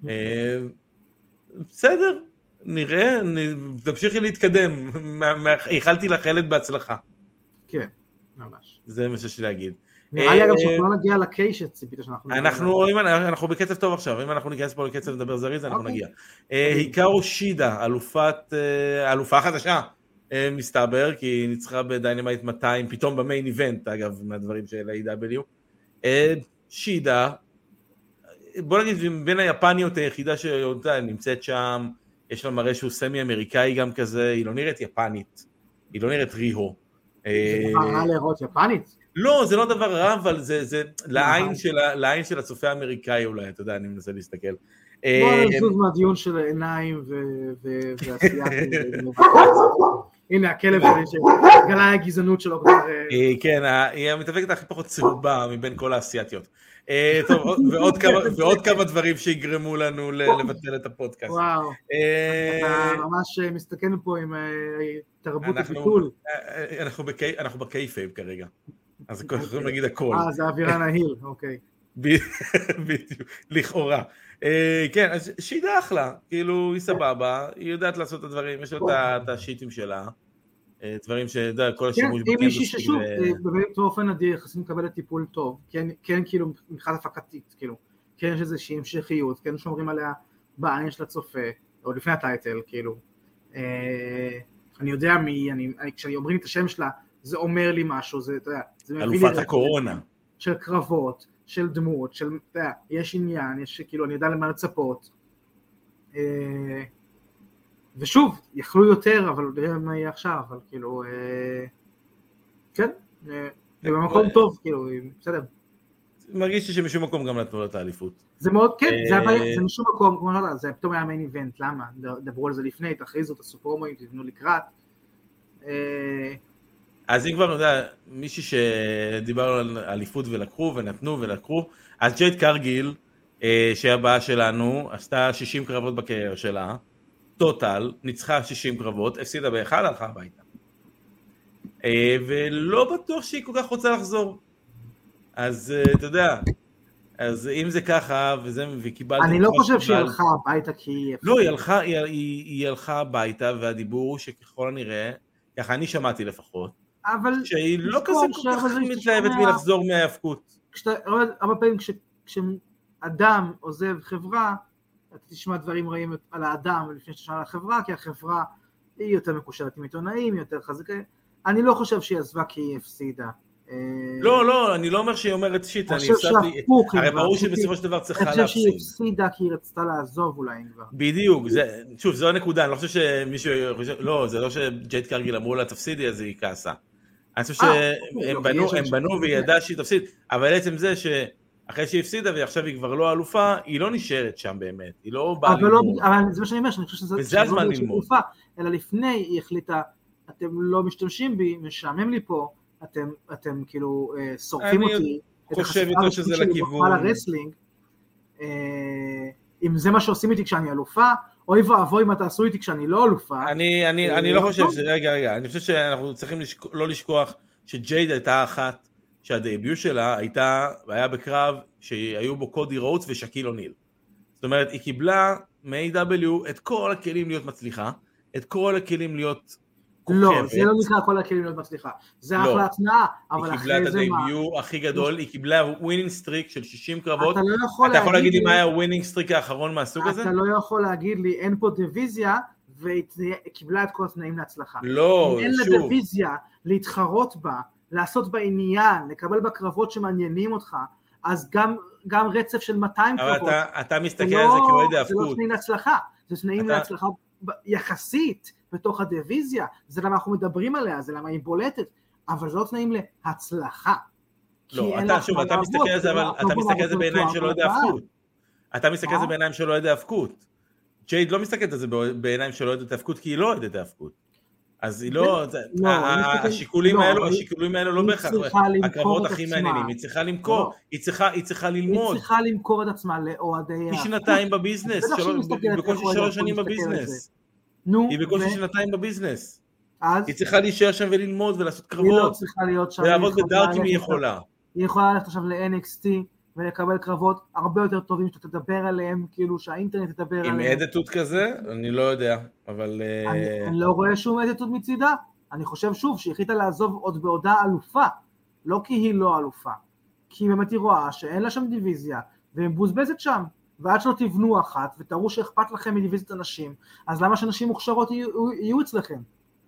בסדר, נראה, תמשיכי להתקדם, איחלתי לך ילד בהצלחה. כן, ממש. זה מה שיש לי להגיד. נראה לי אגב שאנחנו לא נגיע לקייש שציפית שאנחנו... אנחנו בקצב טוב עכשיו, אם אנחנו ניכנס פה לקצב לדבר זריז, אנחנו נגיע. היקארו שידה, אלופה חדשה, מסתבר, כי היא ניצחה בדיינמייט 200, פתאום במיין איבנט, אגב, מהדברים של ה-AW. שידה, בוא נגיד, בין היפניות היחידה שנמצאת שם, יש לה מראה שהוא סמי-אמריקאי גם כזה, היא לא נראית יפנית, היא לא נראית ריהו. זה דבר רע לראות יפנית? לא, זה לא דבר רע, אבל זה לעין של הצופה האמריקאי אולי, אתה יודע, אני מנסה להסתכל. בוא נזוז מהדיון של עיניים ועשייה. הנה, הכלב שלי שגלה הגזענות שלו. כן, היא המתאבקת הכי פחות צהובה מבין כל האסייתיות. טוב, ועוד כמה דברים שיגרמו לנו לבטל את הפודקאסט. וואו, אתה ממש מסתכן פה עם תרבות הביטול. אנחנו בקייפייב כרגע, אז יכולים להגיד הכל. זה אווירה נהיל, אוקיי. בדיוק, לכאורה. כן, אז שידה אחלה, כאילו היא סבבה, היא יודעת לעשות את הדברים, יש לה את השיטים שלה, דברים שיודע, כל כן, השימוש אם מישהי בקנדלסטיק ששוב, באופן נדיר, יחסים מקבלת טיפול טוב, כן כאילו מבחינת הפקתית, כאילו, כן יש איזושהי המשכיות, כן שומרים עליה בעין של הצופה, או לפני הטייטל, כאילו, אני יודע כשאני אומרים את השם שלה, זה אומר לי משהו, זה, אתה יודע, זה מביא לי אלופת הקורונה. של קרבות, של דמות, של, אתה יודע, יש עניין, יש כאילו, אני יודע למה לצפות, ושוב, יכלו יותר, אבל לא יודע מה יהיה עכשיו, אבל כאילו, כן, זה במקום טוב, כאילו, בסדר. מרגיש לי שמשום מקום גם נתנו לה את האליפות. זה מאוד, כן, זה משום מקום, כמו שאתה, זה פתאום היה מיין איבנט, למה? דברו על זה לפני, תכריזו, תעשו פרומואים, תבנו לקראת. אז אם כבר, יודע, מישהי שדיברנו על אליפות ולקחו ונתנו ולקחו, אז ג'ייד קרגיל, שהיא הבאה שלנו, עשתה 60 קרבות בקריירה שלה, טוטל, ניצחה 60 קרבות, הפסידה באחד, הלכה הביתה. ולא בטוח שהיא כל כך רוצה לחזור. אז אתה יודע, אז אם זה ככה, וקיבלתי... אני לא חושב שהיא הלכה הביתה כי היא... לא, היא הלכה הביתה, והדיבור הוא שככל הנראה, ככה אני שמעתי לפחות, שהיא לא כזה כל כך מתלהבת מלחזור מההאבקות. הרבה פעמים כשאדם עוזב חברה, אתה תשמע דברים רעים על האדם לפני שתשמע על החברה, כי החברה היא יותר מקושרת עם עיתונאים, היא יותר חזקה. אני לא חושב שהיא עזבה כי היא הפסידה. לא, אני לא אומר שהיא אומרת שיט, אני הפסדתי, הרי ברור שבסופו של דבר צריכה להפסיד. אני חושב שהיא הפסידה כי היא רצתה לעזוב אולי כבר. בדיוק, שוב, זו הנקודה, אני לא חושב שמישהו חושב, לא, זה לא שג'ייד קרגיל אמרו לה תפסידי, אז היא כעסה. אני חושב שהם בנו והיא ידעה שהיא תפסיד, אבל עצם זה שאחרי שהיא הפסידה ועכשיו היא כבר לא אלופה, היא לא נשארת שם באמת, היא לא באה ללמוד. אבל זה מה שאני אומר, שאני חושב שזה הזמן ללמוד. אלא לפני היא החליטה, אתם לא משתמשים בי, משעמם לי פה, אתם כאילו שורפים אותי, אני חושב יותר שזה לכיוון. אם זה מה שעושים איתי כשאני אלופה, אוי ואבוי מה תעשו איתי כשאני לא אלופה. אני לא חושב רגע, אני חושב שאנחנו צריכים לא לשכוח שג'ייד הייתה אחת, שהדייביוט שלה היה בקרב שהיו בו קודי רודס ושקיל אוניל. זאת אומרת, היא קיבלה מ-AW את כל הכלים להיות מצליחה, את כל הכלים להיות... לא, זה לא נקרא כל הכלים להיות מצליחה, זה אחלה התנאה, אבל אחרי זה מה? היא קיבלה את הדייביוט הכי גדול, היא קיבלה ווינינג סטריק של 60 קרבות, אתה יכול להגיד לי מה היה הווינינג סטריק האחרון מהסוג הזה? אתה לא יכול להגיד לי, אין פה דיוויזיה, והיא קיבלה את כל התנאים להצלחה. לא, שוב. אין לה דיוויזיה להתחרות בה, לעשות בה עניין, לקבל בה קרבות שמעניינים אותך, אז גם רצף של 200 קרבות. אבל אתה מסתכל על זה כאוהד ההאבקות. זה לא תנאים להצלחה, זה תנאים להצלחה יחסית, בתוך הדיוויזיה, זה למה אנחנו מדברים עליה, זה למה היא בולטת, אבל זה לא תנאים להצלחה. לא, אתה מסתכל על זה, אבל אתה מסתכל על זה בעיניים שלא יודע האבקות. אתה מסתכל על זה בעיניים שלא יודע האבקות. ג'ייד לא מסתכלת על זה בעיניים שלא יודע האבקות, כי היא לא יודעת האבקות. אז היא לא, השיקולים האלו לא בהכרח, הקרבות הכי מעניינים, היא צריכה למכור, היא צריכה ללמוד. היא צריכה למכור את עצמה לאוהדי האבקות. היא שנתיים בביזנס, בקושי 3 שנים בביזנס. היא בקושי שנתיים בביזנס. היא צריכה להישאר שם וללמוד ולעשות קרבות. היא לא צריכה להיות שם. ולעבוד בדארק אם היא יכולה. היא יכולה ללכת עכשיו ל-NXT ולקבל קרבות הרבה יותר טובים שאתה תדבר עליהם, כאילו שהאינטרנט תדבר עליהם. עם אדיטוד כזה? אני לא יודע, אבל... אני לא רואה שום אדיטוד מצידה. אני חושב שוב שהיא החליטה לעזוב עוד בעודה אלופה. לא כי היא לא אלופה. כי באמת היא רואה שאין לה שם דיוויזיה, והיא מבוזבזת שם. ועד שלא תבנו אחת, ותראו שאכפת לכם מדיוויזיית אנשים, אז למה שאנשים מוכשרות יהיו אצלכם?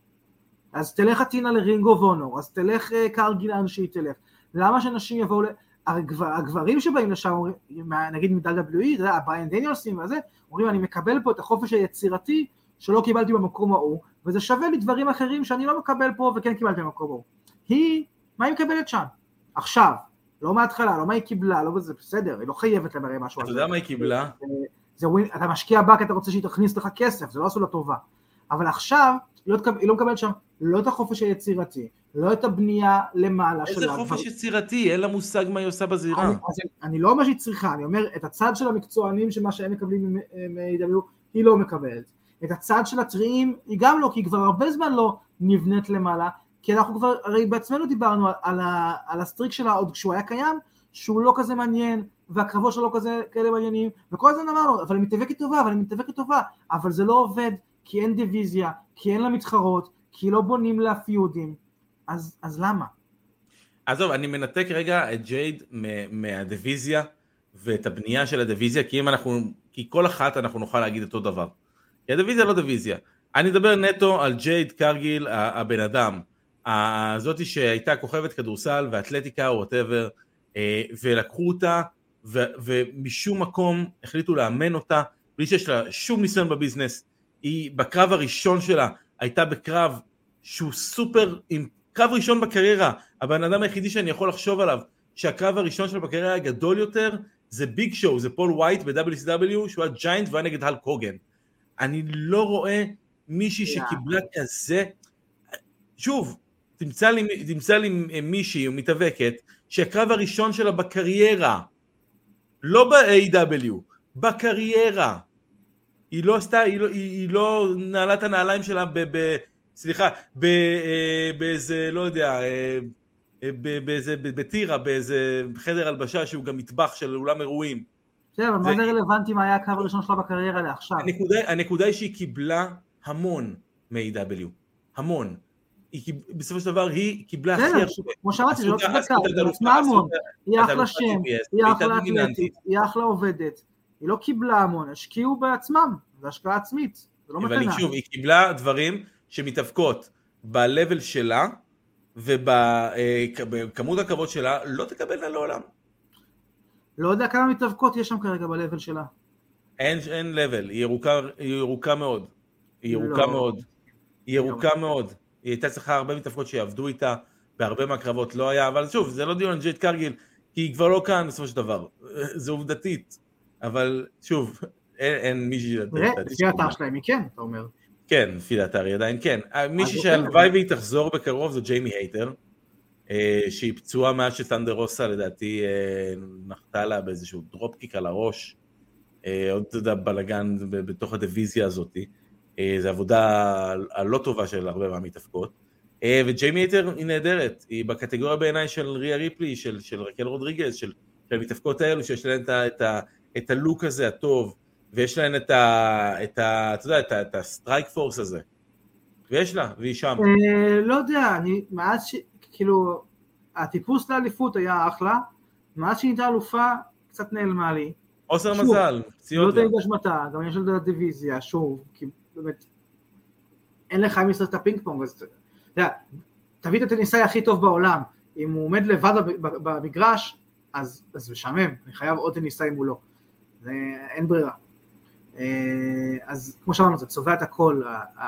אז תלך עטינה לרינג אוף אונור, אז תלך קרגיל לאן שהיא תלך. למה שאנשים יבואו, הגברים שבאים לשם, נגיד מ-WWE, אתה יודע, הבריין דניאלסים וזה, אומרים, אני מקבל פה את החופש היצירתי, שלא קיבלתי במקום ההוא, וזה שווה לי דברים אחרים שאני לא מקבל פה, וכן קיבלתי במקום ההוא. מה היא מקבלת שם? עכשיו. לא מההתחלה, לא מה היא קיבלה, לא זה בסדר, היא לא חייבת למראה משהו. אתה יודע מה היא קיבלה? אתה משקיע בה כי אתה רוצה שהיא תכניס לך כסף, זה לא עשו לה טובה. אבל עכשיו, היא לא מקבלת שם לא את החופש היצירתי, לא את הבנייה למעלה שלה. איזה חופש יצירתי? אין לה מושג מה היא עושה בזירה. אני לא אומר שהיא צריכה, אני אומר, את הצד של המקצוענים שמה שהם מקבלים מ-AW, היא לא מקבלת. את הצד של הטריים, היא גם לא, כי היא כבר הרבה זמן לא נבנית למעלה, כי אנחנו כבר, הרי בעצמנו דיברנו על הסטריק שלה עוד כשהוא היה קיים, שהוא לא כזה מעניין, והקרבות שלו לא כזה כאלה מעניינים, וכל הזמן אמרנו, אבל היא מתאבקת טובה, אבל זה לא עובד, כי אין דיוויזיה, כי אין לה מתחרות, כי לא בונים לה פיודים, אז למה? עזוב, אני מנתק רגע את ג'ייד מהדיוויזיה, ואת הבנייה של הדיוויזיה, כי כל אחת אנחנו נוכל להגיד אותו דבר. כי הדיוויזיה לא דיוויזיה. אני מדבר נטו על ג'ייד קרגיל, הבן אדם, הזאתי שהייתה כוכבת כדורסל ואתלטיקה או whatever, ולקחו אותה, ומשום מקום החליטו לאמן אותה, בלי שיש לה שום ניסיון בביזנס. היא בקרב הראשון שלה, הייתה בקרב שהוא סופר, עם קרב ראשון בקריירה, הבן אדם היחידי שאני יכול לחשוב עליו, שהקרב הראשון שלו בקריירה הגדול יותר, זה ביג שואו, זה פול ווייט ב-WCW, שהוא היה ג'יינט והיה נגד הלק הוגן. אני לא רואה מישהי שקיבלה כזה, שוב, תמצא לי מישהי מתאבקת, שהקרב הראשון שלה בקריירה, לא ב-AW, בקריירה, היא לא עשתה, היא לא נעלה את הנעליים שלה באיזה, לא יודע, בטירה, באיזה חדר הלבשה שהוא גם מטבח של אולם אירועים. בסדר, אבל מה זה רלוונטי מה היה הקרב הראשון שלה בקריירה לעכשיו? הנקודה היא שהיא קיבלה המון מ-AW, המון. בסופו של דבר היא קיבלה הכי הרבה. כמו שאמרתי, זה לא צדקה, היא עצמה המון, היא אחלה שם, היא אחלה אתלטית, היא אחלה עובדת, היא לא קיבלה המון, השקיעו בעצמם, זה השקעה עצמית, זה לא מתנה. אבל שוב, היא קיבלה דברים שמתאבקות ב-level שלה, ובכמות הקרבות שלה, לא תקבלנה לעולם. לא יודע כמה מתאבקות יש שם כרגע ב-level שלה. אין level, היא ירוקה מאוד. היא ירוקה מאוד. היא הייתה צריכה הרבה מתאבקות שיעבדו איתה, בהרבה מהקרבות לא היה, אבל שוב, זה לא דיון על ג'ייד קרגיל, כי היא כבר לא כאן בסופו של דבר. זה עובדתית. אבל שוב, אין מישהי... לפי האתר שלהם היא כן, אתה אומר. כן, לפי האתר היא עדיין כן. מישהי שהלוואי והיא תחזור בקרוב זו ג'יימי הייטר, שהיא פצועה מאז שסנדר רוסה לדעתי נחתה לה באיזשהו דרופקיק על הראש, עוד בלגן בתוך הדיוויזיה הזאת, זו עבודה הלא טובה של הרבה מהמתאבקות, וג'יימי הייטר היא נהדרת, היא בקטגוריה בעיניי של ריה ריפלי, של רקל רודריגז, של המתאבקות האלו שיש להן את הלוק הזה הטוב, ויש להן את הסטרייק פורס הזה, ויש לה, והיא שם. לא יודע, מאז כאילו, הטיפוס לאליפות היה אחלה, מאז שהייתה אלופה, קצת נעלמה לי. חוסר מזל, פציעות. לא תהיה גשמתה, גם יש על הדיוויזיה, שוב, כי באמת, אין לך מי לעשות את הפינג פונג, אז אתה יודע, תביא את הטניסאי הכי טוב בעולם, אם הוא עומד לבד במגרש, אז משעמם, אני חייב עוד טניסאי מולו, אין ברירה. אז כמו שאמרנו, זה צובע את הכל,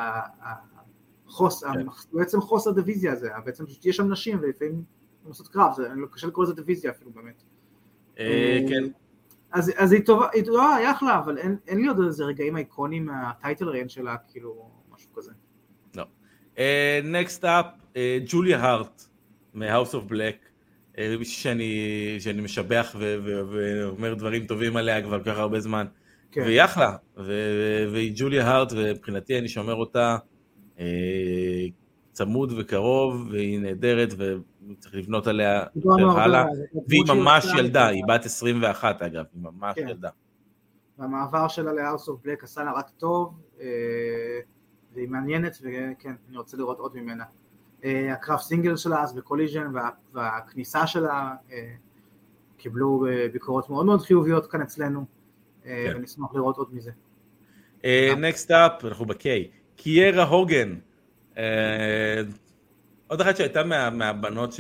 בעצם חוסר דיוויזיה הזה, בעצם שיש שם נשים ולפעמים הם עושות קרב, קשה לקרוא לזה דיוויזיה אפילו באמת. כן. אז היא טובה, היא אחלה, אבל אין לי עוד איזה רגעים אייקונים מהטייטל ריין שלה, כאילו משהו כזה. לא. Next up, ג'וליה הארט, מ-House of Black, שאני משבח ואומר דברים טובים עליה כבר ככה הרבה זמן, והיא אחלה, והיא ג'וליה הארט, ובחינתי אני שומר אותה צמוד וקרוב, והיא נהדרת, וצריך לבנות עליה הלאה, והיא ממש ילדה, היא בת 21 אגב, היא ממש ילדה. והמעבר שלה ל-House of Black עשה לה רק טוב, והיא מעניינת, וכן, אני רוצה לראות עוד ממנה. הקרב סינגל שלה אז בקוליז'ן, והכניסה שלה קיבלו ביקורות מאוד מאוד חיוביות כאן אצלנו, ונשמח לראות עוד מזה. Next up, אנחנו ב-K, קיירה הוגן, עוד אחת שהייתה מהבנות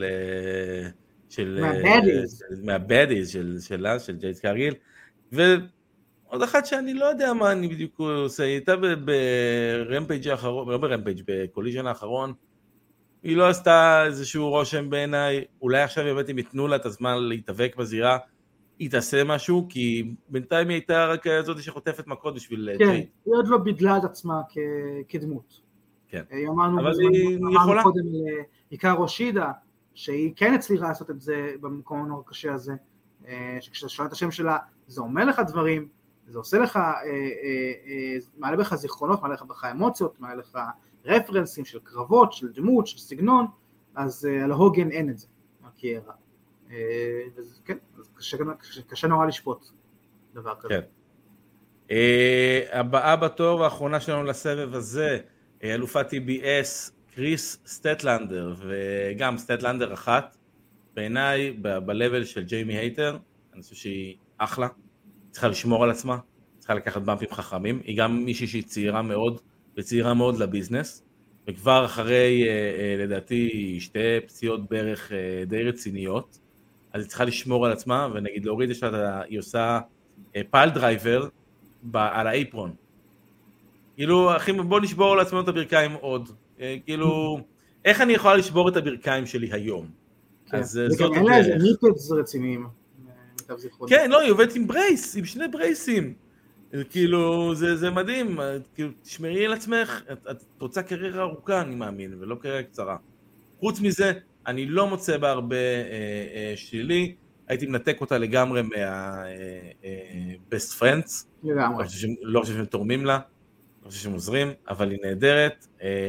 מהבדיז שלה, של ג'ייד קרגיל, ועוד אחת שאני לא יודע מה אני בדיוק עושה, היא הייתה ברמפייג' האחרון, לא ברמפייג', בקוליז'ן האחרון, היא לא עשתה איזשהו רושם בעיניי, אולי עכשיו באמת אם יתנו לה את הזמן להתאבק בזירה, היא תעשה משהו, כי בינתיים היא הייתה רק זאת שחוטפת מכות בשביל כן, ג'ייד. היא עוד לא בידלה את עצמה כדמות. כן. אמרנו קודם עיקר שידה, שהיא כן הצליחה לעשות את זה במקום הנורא קשה הזה, שכשאתה שואל את השם שלה, זה אומר לך דברים, זה עושה לך, מעלה בך זיכרונות, מעלה בך אמוציות, מעלה לך רפרנסים של קרבות, של דמות, של סגנון, אז על ההוגן אין את זה, הקיירה. כן, קשה נורא לשפוט דבר כזה. הבאה בתור והאחרונה שלנו לסבב הזה, אלופת TBS, קריס סטטלנדר, וגם סטטלנדר אחת, בעיניי ב-level של ג'יימי הייטר, אני חושב שהיא אחלה, צריכה לשמור על עצמה, צריכה לקחת במפים חכמים, היא גם מישהי שהיא צעירה מאוד, וצעירה מאוד לביזנס, וכבר אחרי, לדעתי, שתי פציעות בערך די רציניות, אז היא צריכה לשמור על עצמה, ונגיד להוריד יש לה, היא עושה פייל דרייבר על האייפרון. כאילו, אחים, בוא נשבור לעצמנו את הברכיים עוד. כאילו, איך אני יכולה לשבור את הברכיים שלי היום? אז זאת וגם אין לה איזה ניפדס רציניים. כן, לא, היא עובדת עם ברייס, עם שני ברייסים. כאילו, זה מדהים. כאילו, תשמרי על עצמך, את רוצה קריירה ארוכה, אני מאמין, ולא קריירה קצרה. חוץ מזה, אני לא מוצא בה הרבה שלילי, הייתי מנתק אותה לגמרי מה-best friends, לגמרי. לא חושב שהם תורמים לה, לא חושב שהם עוזרים, אבל היא נהדרת,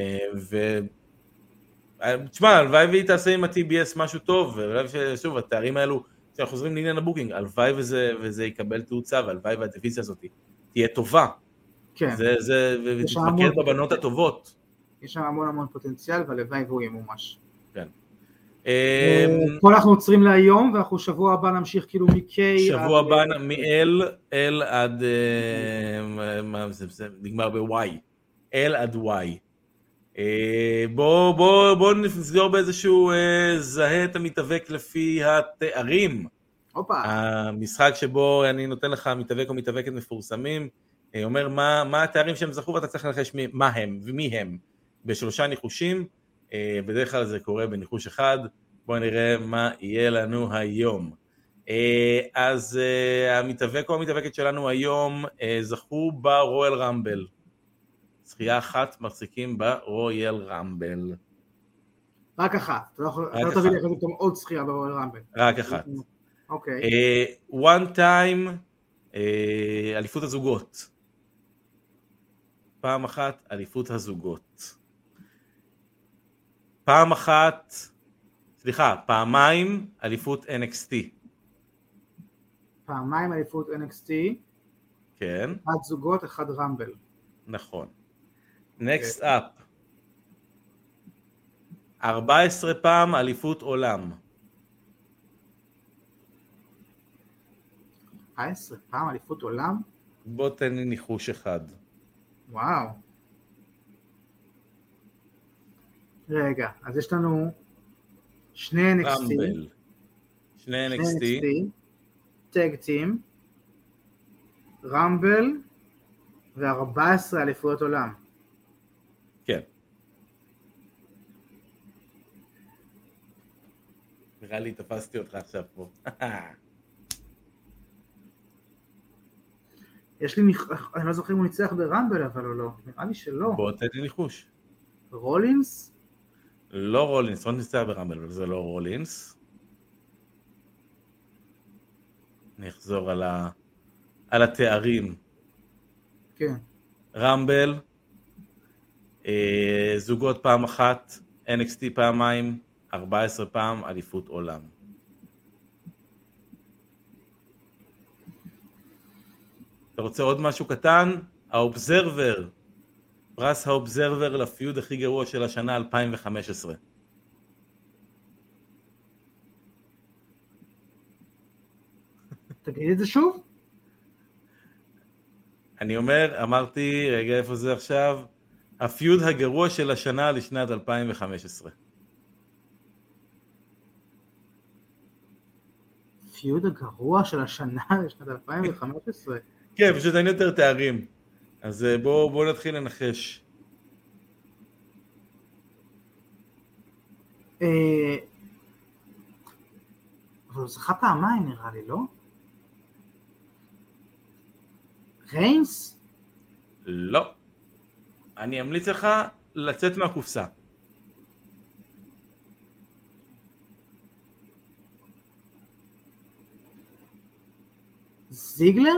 תשמע, הלוואי והיא תעשה עם ה-TBS משהו טוב, והלוואי ששוב, התארים האלו, שאנחנו חוזרים לעניין הבוקינג, הלוואי וזה יקבל תאוצה, והלוואי והדיוויזיה הזאת תהיה טובה, כן. ותתמקד בבנות הטובות. יש שם המון פוטנציאל, והלוואי והוא ימומש. כן. פה אנחנו עוצרים להיום, ואנחנו שבוע הבא נמשיך כאילו מ-K שבוע הבא מ-L עד, מה זה נגמר ב-Y, L עד Y. בוא נסגור באיזשהו זהה את המתאבק לפי התארים. המשחק שבו אני נותן לך מתאבק או מתאבקת מפורסמים, אומר מה התארים שהם זכו, ואתה צריך לנחש מה הם ומי הם, בשלושה ניחושים, בדרך כלל זה קורה בניחוש אחד, בואו נראה מה יהיה לנו היום. אז המתאבק או המתאבקת שלנו היום זכו ברויאל רמבל. זכייה אחת מחזיקים ברויאל רמבל. רק אחת. אתה לא תביא לי פתאום עוד זכייה ברויאל רמבל. רק אחת. אוקיי. one time, אליפות הזוגות. פעם אחת, אליפות הזוגות. פעמיים, אליפות NXT. פעמיים אליפות NXT. כן. אחד זוגות, אחד רמבל. נכון. Next up. 14 פעם אליפות עולם. 14 פעם אליפות עולם? בוא תן לי ניחוש אחד. וואו. רגע, אז יש לנו שני NXT. רמבל. שני NXT. טאג טים. רמבל. ו14 אליפויות עולם. כן. נראה לי תפסתי אותך עכשיו פה. יש לי אני לא זוכר אם הוא ניצח ברמבל אבל או לא. נראה לי שלא. בוא תן לי ניחוש. רולינס? לא רולינס, לא ניצח ברמבל, אבל זה לא רולינס. אני אחזור על התארים. כן. רמבל, זוגות פעם אחת, NXT פעמיים, 14 פעם, אליפות עולם. אתה רוצה עוד משהו קטן? האובזרבר, פרס האובזרבר לפיוד הכי גרוע של השנה 2015. תגיד את זה שוב? אני אמרתי, רגע איפה זה עכשיו? הפיוד הגרוע של השנה לשנת 2015. הפיוד הגרוע של השנה לשנת 2015? כן, פשוט אין יותר תארים. אז בואו נתחיל לנחש. אבל הוא זכה פעמיים נראה לי, לא? ריינס? לא. אני אמליץ לך לצאת מהקופסה. זיגלר?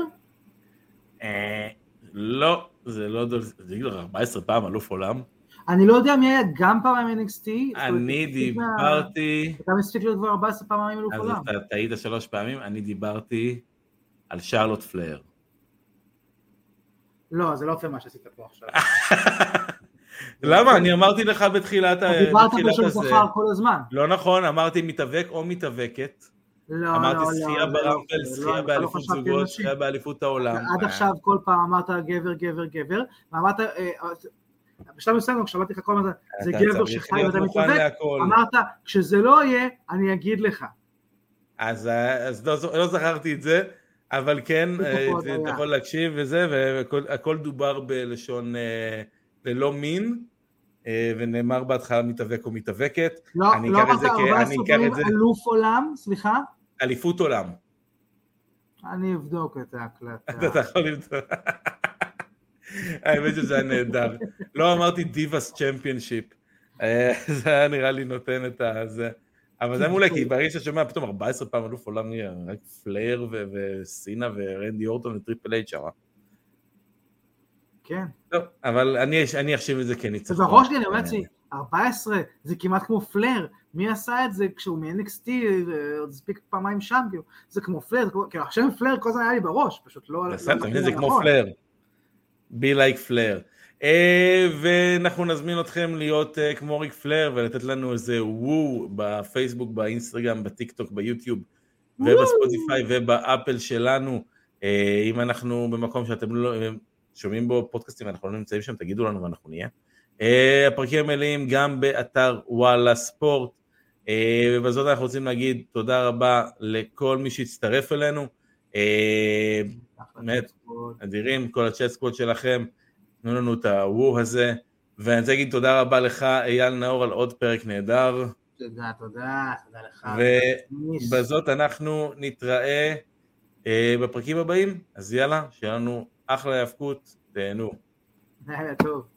לא, זה לא זיגלר 14 פעם אלוף עולם. אני לא יודע מי היה גם פעם NXT. אני דיברתי... אתה מספיק להיות כבר 14 פעמים אלוף עולם. אז אתה היית 3 פעמים, אני דיברתי על שרלוט פלר. לא, זה לא יפה מה שעשית פה עכשיו. למה? אני אמרתי לך בתחילת דיברת בשום שכר כל הזמן. לא נכון, אמרתי מתאבק או מתאבקת. לא, אמרתי לא, שחייה לא, ברמפל, לא, שחייה לא באליפות חשבתי על זוגות, נשים. שחייה באליפות העולם. עד עכשיו כל פעם אמרת גבר, גבר, גבר, ואמרת, בשלב מסוים כשאמרתי לך כל הזמן, זה גבר שחי ואתה מתאבק, אמרת, כשזה לא יהיה, אני אגיד לך. אז לא זכרתי את זה, אבל כן, אתה יכול להקשיב וזה, והכל דובר בלשון ללא מין, ונאמר בהתחלה מתאבק או מתאבקת. לא אמרת 14 פעמים אלוף עולם, סליחה? אליפות עולם. אני אבדוק את ההקלטה. אתה יכול לבדוק. האמת שזה היה נהדר. לא אמרתי דיבאס צ'מפיונשיפ. זה היה נראה לי נותן את זה. אבל זה מעולה, כי ברגע ששומע פתאום 14 פעם אלוף עולם, רק פלייר וסינה ורנדי אורטון וטריפל אייץ' שמה. כן. טוב, אבל אני אחשיב את זה כניצחון. זה בראש לי, אני אומרת לי, 14 זה כמעט כמו פלייר. מי עשה את זה כשהוא מ-NXT, עוד הספיק פעמיים שם, זה כמו פלייר, כאילו השם פלייר כל הזמן היה לי בראש, פשוט לא... זה כמו פלייר. be like פלייר. ואנחנו נזמין אתכם להיות כמו ריק פלייר, ולתת לנו איזה וואו בפייסבוק, באינסטגרם, בטיק טוק, ביוטיוב, ובספוטיפיי ובאפל שלנו. אם אנחנו במקום שאתם לא שומעים בו פודקאסטים, אנחנו לא נמצאים שם, תגידו לנו ואנחנו נהיה. הפרקים מלאים גם באתר וואלה ספורט, ובזאת אנחנו רוצים להגיד תודה רבה לכל מי שהצטרף אלינו, באמת, אדירים, כל הצ'אט סקוואד שלכם, תנו לנו את הוו הזה, ואני רוצה להגיד תודה רבה לך אייל נאור על עוד פרק נהדר. תודה לך. ובזאת אנחנו נתראה בפרקים הבאים, אז יאללה, שיהיה לנו אחלה יאבקות, תהנו. טוב.